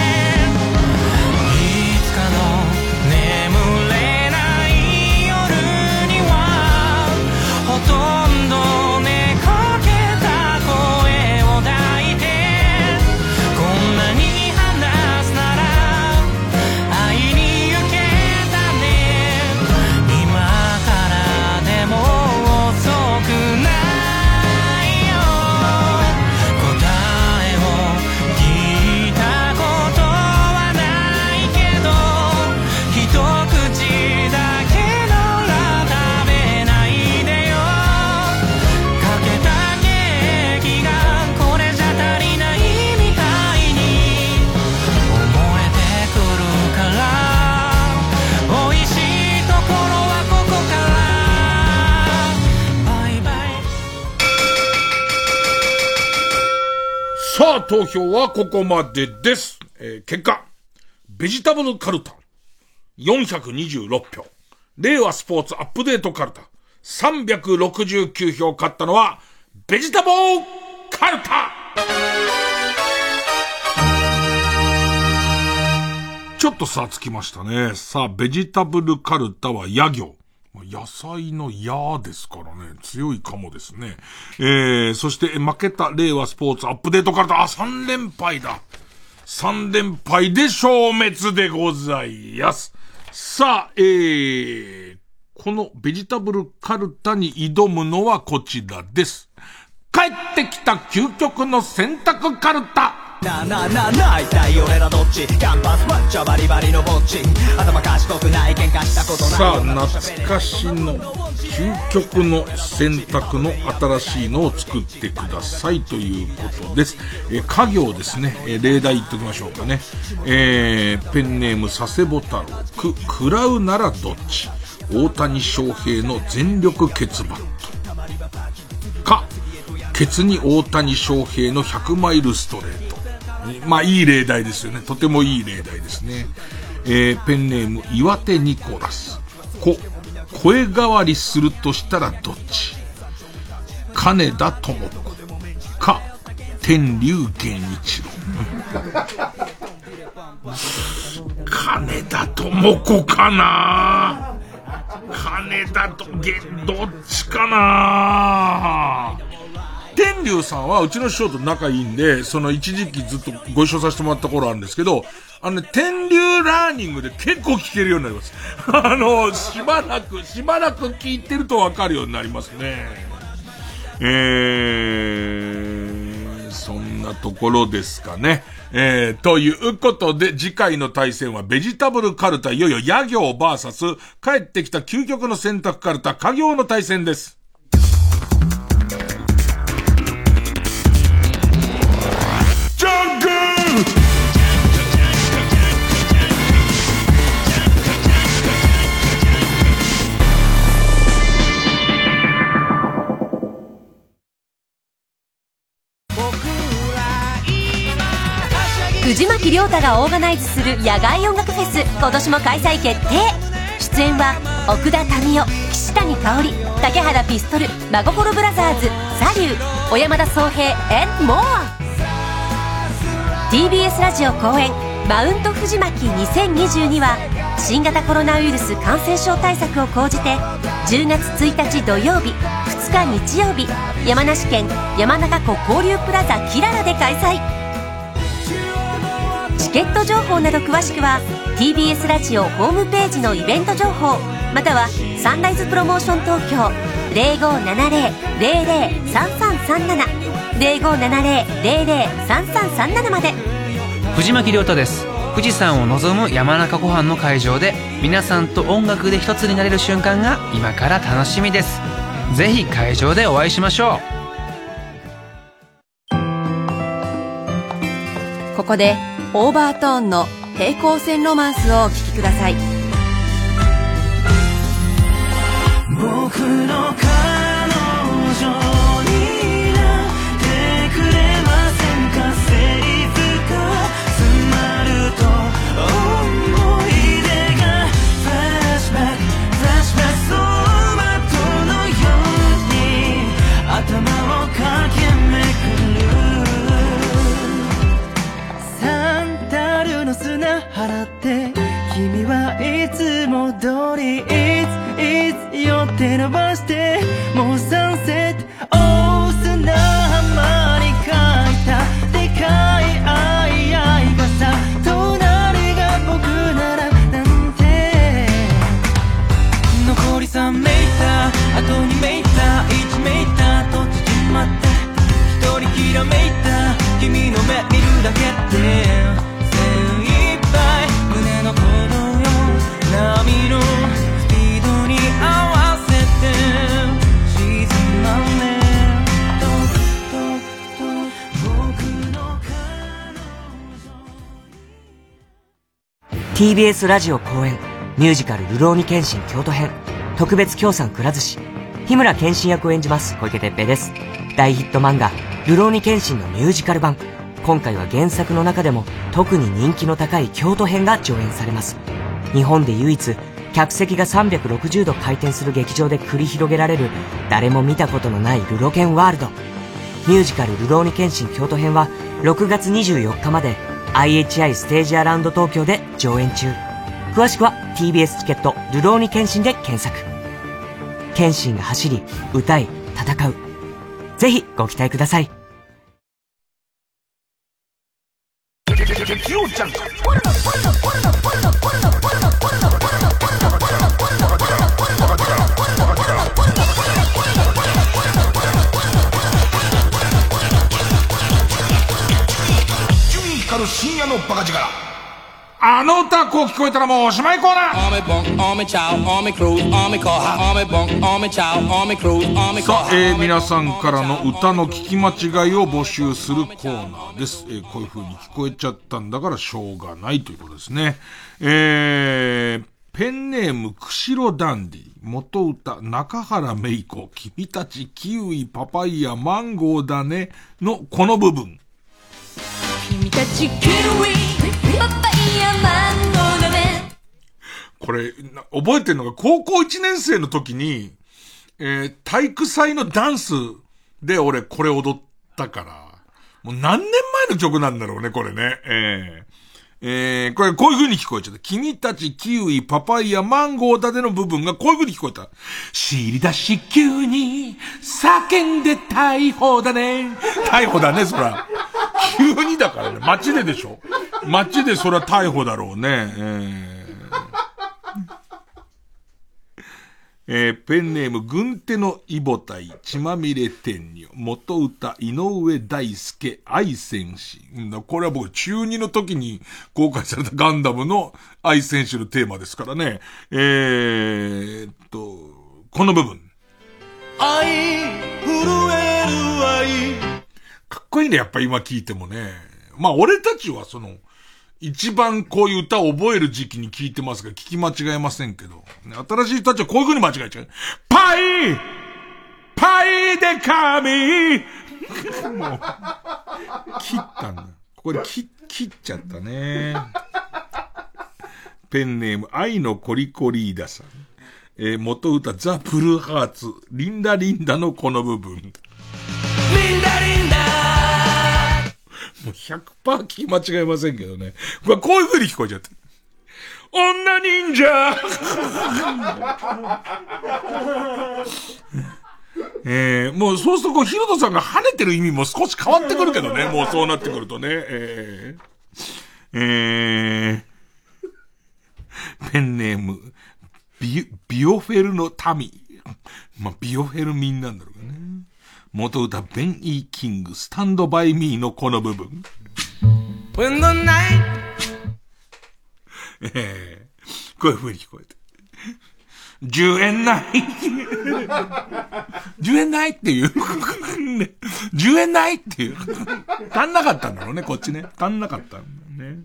いつかの眠れほとんど寝かけた声を抱いて、こんなに話すなら会いに行けたね。今からでも遅くないよ。答えを聞いたことはないけど、一口だけなら食べないで。 さあ、投票はここまでです。結果、ベジタブルカルタ、426票。令和スポーツアップデートカルタ、369票勝ったのは、ベジタブルカルタ。ちょっと差つきましたね。さあ、ベジタブルカルタは野行。 野菜の矢ですからね、強いかもですね。そして負けた令和スポーツアップデートからだ。3連敗だ。3連敗で消滅でございます。さあ、このベジタブルカルタに挑むのはこちらです。帰ってきた究極の選択カルタ。 な一体俺らどっち？キャンパスマッチャバリバリのぼっち。頭賢くない喧嘩したことない。 さあ、懐かしの究極の選択の新しいのを作ってくださいということです。家業ですね。例題言っときましょうかね。ペンネーム佐世保太郎。食らうならどっち？大谷翔平の全力ケツバット。か、ケツに大谷翔平の100マイルストレート。まあいい例題ですよね。とてもいい例題ですね。ペンネーム岩手ニコラス。声変わりするとしたらどっち？金田智子か天竜源一郎。金田智子かな。金田とどっちかな。天竜さんはうちの師匠と仲いいんで、その一時期ずっとご一緒させてもらった頃あるんですけど、天竜ラーニングで結構聞けるようになります。しばらく聞いてるとわかるようになりますね。そんなところですかね。ということで、次回の対戦はベジタブルカルタ、いよいよ野行 VS 帰ってきた究極の選択カルタ、家業の対戦です。 藤巻亮太がオーガナイズする野外音楽フェス、今年も開催決定。出演は奥田民生、岸谷香織、竹原ピストル、真心ブラザーズ、サリュー、小山田宗平 and more。 TBS ラジオ公演マウント藤巻2022は新型コロナウイルス感染症対策を講じて10月1日土曜日、2日日曜日、山梨県山中湖交流プラザキララで開催。チケット情報など詳しくは TBS ラジオホームページのイベント情報、またはサンライズプロモーション東京 0570-003337 0570-003337 まで。 藤巻亮太です。富士山を望む山中湖畔の会場で皆さんと音楽で一つになれる瞬間が今から楽しみです。ぜひ会場でお会いしましょう。ここでオーバートーンの平行線ロマンスをお聴きください。 僕の彼女になってくれませんか。セリフが詰まると思い出がフラッシュバック走馬灯のように頭を駆け巡る。サンダルの砂払って君はいつも通りよ手伸ばしてもうサンセット大砂浜に書いたでかい愛がさ、隣が僕ならなんて。残り3メーター、あと2メーター、1メーターと縮まって一人きらめいた君の目見るだけで精一杯胸の鼓動よ波の合わせて沈まねと僕の彼女。 TBS ラジオ公演ミュージカルるろうに剣心京都編特別協賛くら寿司、日村剣心役を演じます小池徹平です。大ヒット漫画るろうに剣心のミュージカル版、今回は原作の中でも特に人気の高い京都編が上演されます。日本で唯一客席が360度回転する劇場で繰り広げられる誰も見たことのないルロケンワールド。ミュージカルるろうに剣心京都編は6月24日まで IHI ステージアラウンド東京で上演中。詳しくは TBS チケットるろうに剣心で検索。 謙信が走り、歌い、戦う。ぜひご期待ください。 深夜のバカ力。あの歌こう聞こえたらもうおしまいコーナー。さあ、皆さんからの歌の聞き間違いを募集するコーナーです。こういう風に聞こえちゃったんだからしょうがないということですね。ペンネーム釧路ダンディ、元歌中原芽衣子、君たちキウイパパイヤマンゴーだねのこの部分。 君たちキウイパパイヤマンゴーだね。 これ覚えてるのが高校1年生の時に、体育祭のダンスで俺これ踊ったから、もう何年前の曲なんだろうねこれね。これこういう風に聞こえちゃった。君たちキウイパパイヤマンゴーだねの部分がこういう風に聞こえた。尻出し急に叫んで逮捕だね。逮捕だねそら。急にだからね。街ででしょ。街でそら逮捕だろうね。ペンネーム軍手のイボタイ血まみれ天女元歌井上大輔愛戦士。これは僕中2の時に公開されたガンダムの愛戦士のテーマですからね。この部分。 愛震える愛。 かっこいいね、やっぱ今聞いてもね。まあ俺たちは一番こういう歌を覚える時期に聞いてますが、聞き間違えませんけど。新しい人たちはこういう風に間違えちゃう。パイで髪もう、切ったんだ。これ切っちゃったね。ペンネーム、愛のコリコリーダさん。元歌、ザ・ブルーハーツ、リンダリンダのこの部分。リンダリンダもう 100% 聞き間違えませんけどね。こういう風に聞こえちゃって。女忍者もうそうするとヒロトさんが跳ねてる意味も少し変わってくるけどね。もうそうなってくるとね。ペンネーム、ビオフェルの民。まあ、ビオフェル民なんだろうね。元歌ベン・イー・キングスタンドバイ・ミーのこの部分。When the night こういう風に聞こえて。10円ない10円ないっていう。10円ないっていう。足んなかったんだろうね、こっちね。足んなかったんだね。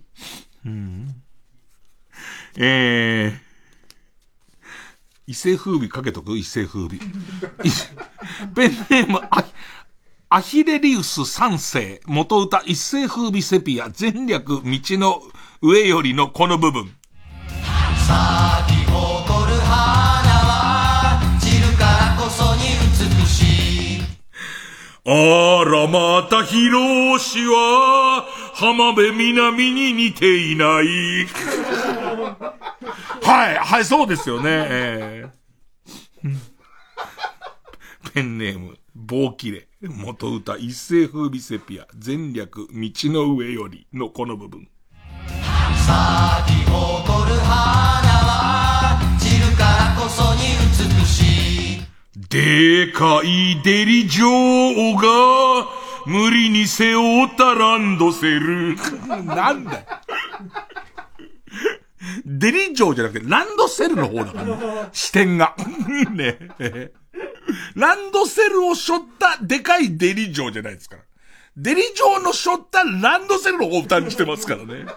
一世風靡かけとく一世風靡。ペンネームアヒレリウス三世元歌一世風靡セピア全略道の上よりのこの部分。 咲き誇る花は散るからこそに美しい。 あらまた広しは浜辺美波に似ていないはいそうですよね。ペンネーム棒切れ元歌一世風靡セピア全略道の上よりのこの部分。 咲き誇る花は散るからこそに美しい。 でかいデリ女王が無理に背負ったランドセルなんだよデリ城じゃなくてランドセルの方だからね。視点がねランドセルを背負ったでかいデリ城じゃないですから。デリ城の背負ったランドセルの方を負担してますからね。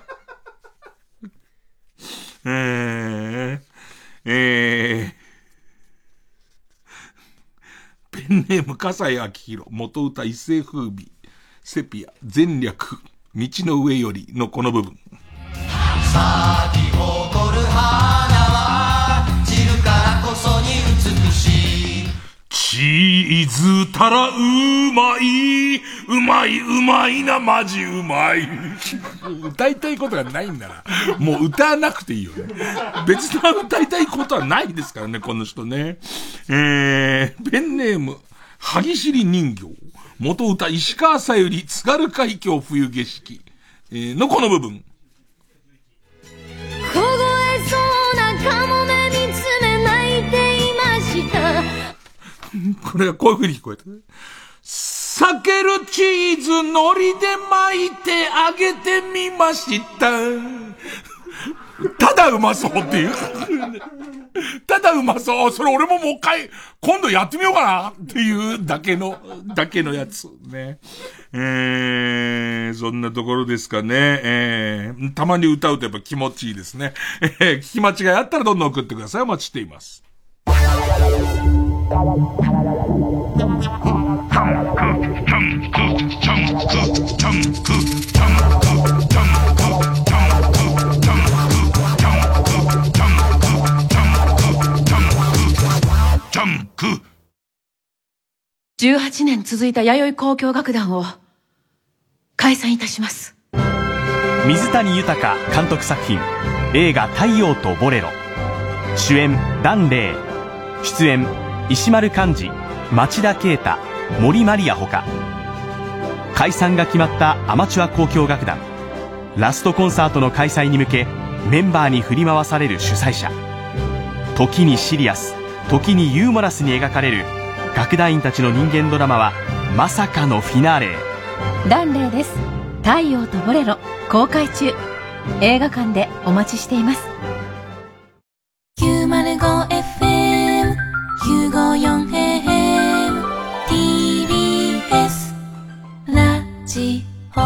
ペンネーム笠井明宏元歌一世風靡セピア全略道の上よりのこの部分。 咲き誇る花は散るからこそに美しい。 チーズたらうまい、うまい、うまいな、マジうまい。歌いたいことがないんなら、もう歌わなくていいよね。別な歌いたいことはないですからね、この人ね。ペンネーム、歯ぎしり人形。元歌、石川さゆり、津軽海峡冬景色。のこの部分。 凍えそうなカモメ見つめ泣いていました。 これがこういう風に聞こえた。避けるチーズ海苔で巻いてあげてみました。ただうまそうっていう。ただうまそう。それ俺ももう一回、今度やってみようかなっていうだけのやつ。ね。そんなところですかね。たまに歌うとやっぱ気持ちいいですね。聞き間違いあったらどんどん送ってください。お待ちしています。 18年続いた弥生交響楽団を解散いたします。 水谷豊監督作品映画太陽とボレロ、主演檀れい、出演石丸幹二、町田啓太、森マリアほか。解散が決まったアマチュア交響楽団。ラストコンサートの開催に向けメンバーに振り回される主催者。時にシリアス、時にユーモラスに描かれる楽団員たちの人間ドラマはまさかのフィナーレへ。 檀れいです。太陽とボレロ公開中。映画館でお待ちしています。 905FM 954AM TBS ラジオ。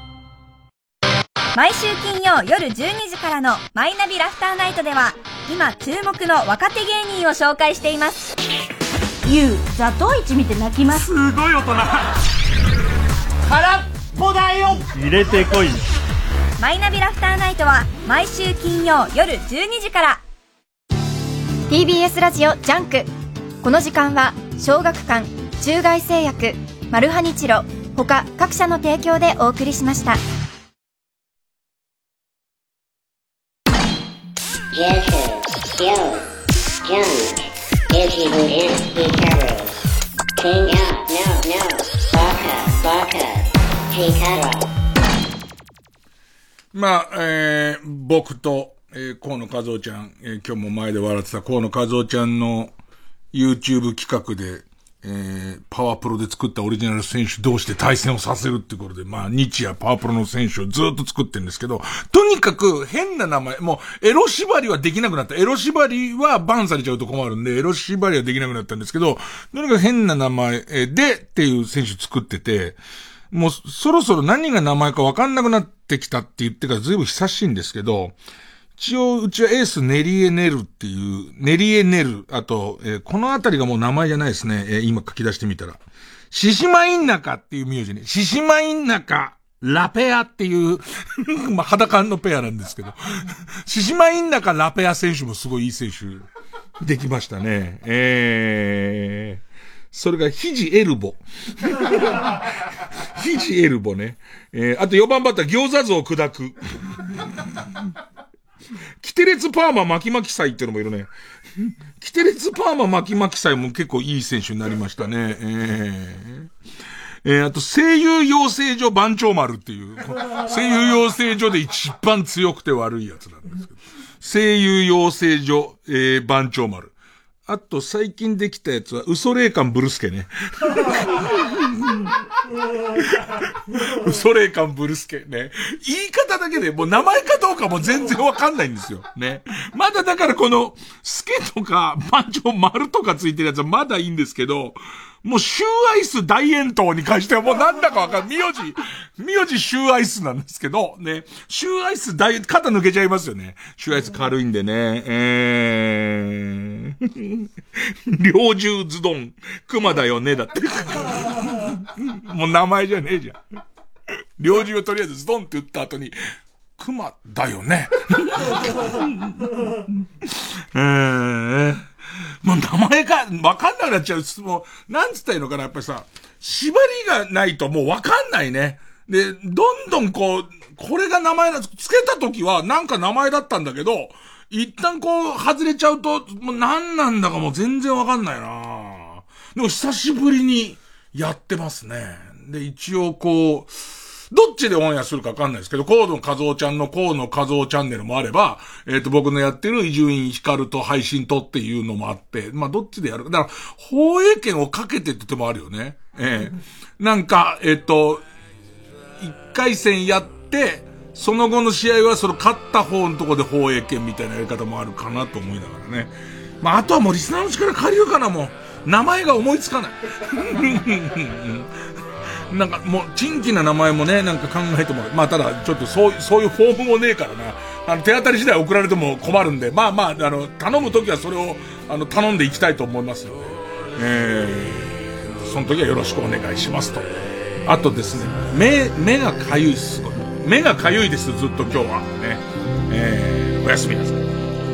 毎週金曜夜12時からのマイナビラフターナイトでは今注目の若手芸人を紹介しています。 ユウ、ザトウイチ見て泣きます。 すごい大人。 空っぽだよ。 入れてこい。 マイナビラフターナイトは毎週金曜夜12時から。 TBS ラジオジャンク。この時間は小学館、中外製薬、マルハニチロ他各社の提供でお送りしました。 まあ、僕と、河野和夫ちゃん、今日も前で笑ってた河野和夫ちゃんの YouTube 企画で、パワープロで作ったオリジナル選手同士で対戦をさせるってことで、まあ、日夜パワープロの選手をずっと作ってるんですけど、とにかく変な名前、もう、エロ縛りはできなくなった。エロ縛りはバンされちゃうと困るんで、エロ縛りはできなくなったんですけど、とにかく変な名前でっていう選手作ってて、もうそろそろ何が名前か分かんなくなってきたって言ってからずいぶん久しいんですけど、一応うちはエースネリエネルっていう、ネリエネル、あと、このあたりがもう名前じゃないですね。今書き出してみたら。シシマインナカっていう名字ね。シシマインナカ、ラペアっていう、まあ、裸のペアなんですけど。シシマインナカラペア選手もすごいいい選手できましたね。それが肘エルボ。肘エルボね。あと4番バッター餃子像を砕く。キテレツパーマ巻き巻き祭っていうのもいるね。キテレツパーマ巻き巻き祭も結構いい選手になりましたね。あと声優養成所番長丸っていう、声優養成所で一番強くて悪いやつなんですけど。声優養成所、番長丸。あと最近できたやつは嘘霊感ブルスケね。嘘霊感ブルスケね。言い方だけでもう名前かどうかも全然わかんないんですよ。ね。まだだからこのスケとか番長丸とかついてるやつはまだいいんですけど、もうシューアイス大円筒に関してはもうなんだかわかんない。名字シューアイスなんですけど、ね。シューアイス肩抜けちゃいますよね。シューアイス軽いんでね。猟銃ズドン、熊だよね、だって。もう名前じゃねえじゃん。猟銃をとりあえずズドンって言った後に、熊だよね。 もう名前がわかんなくなっちゃう。もう、なんつったらいいのかな、やっぱりさ、縛りがないともうわかんないね。で、どんどんこう、これが名前つけた時はなんか名前だったんだけど、一旦こう外れちゃうと、もう何なんだかもう全然わかんないな。でも久しぶりにやってますね。で、一応こう、どっちでオンエアするかわかんないですけど、河野和夫ちゃんの河野和夫チャンネルもあれば、僕のやってる伊集院光と配信とっていうのもあって、まあどっちでやるか。だから、放映権をかけてって手もあるよね。なんか、一回戦やって、その後の試合はその勝った方のとこで放映権みたいなやり方もあるかなと思いながらね。まああとはもうリスナーの力借りるかな、もう。名前が思いつかない。なんかもう、珍奇な名前もね、なんか考えてもらう。まあただ、ちょっとそういうフォームもねえからな。手当たり次第送られても困るんで、まあまあ、頼むときはそれを、頼んでいきたいと思いますので。その時はよろしくお願いしますと。あとですね、目がかゆいっす。目がかゆいです、ずっと今日は。ね。おやすみなさい。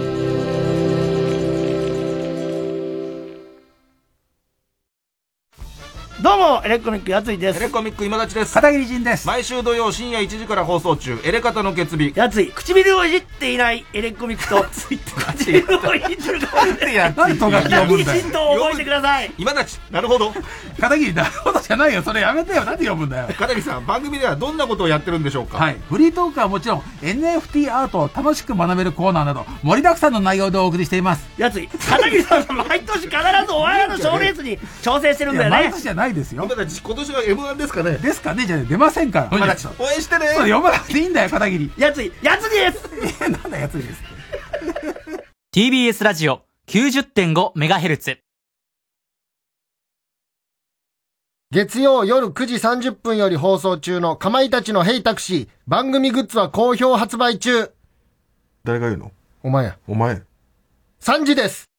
どうもエレコミックやついです。 エレコミック今立ちです。 片桐仁です。 毎週土曜深夜1時から放送中、エレカタの決日。 やつい、唇をいじっていないエレコミックと唇をいじるかやついとが片桐仁と覚えてください。 今立ち、なるほど。 片桐なるほどじゃないよ、それやめてよ。なんで読むんだよ。 片桐さん、番組ではどんなことをやってるんでしょうか。 はい、フリートークはもちろん NFT アートを楽しく学べるコーナーなど盛りだくさんの内容でお送りしています。やつい、片桐さんは毎年必ずお笑いの賞レースに挑戦してるんだよね。毎年じゃないですよ。 今立ち、今年は M1 ですかね。 ですかね、じゃあ出ませんから。 今立ち、応援してね。 そう、読まなくていいんだよ、片桐。やついですなんだやついです。 TBS ラジオ 90.5MHz。 月曜夜9時30分より放送中のかまいたちのヘイタクシー、番組グッズは好評発売中。 誰が言うの？ お前や。 お前。 3時です。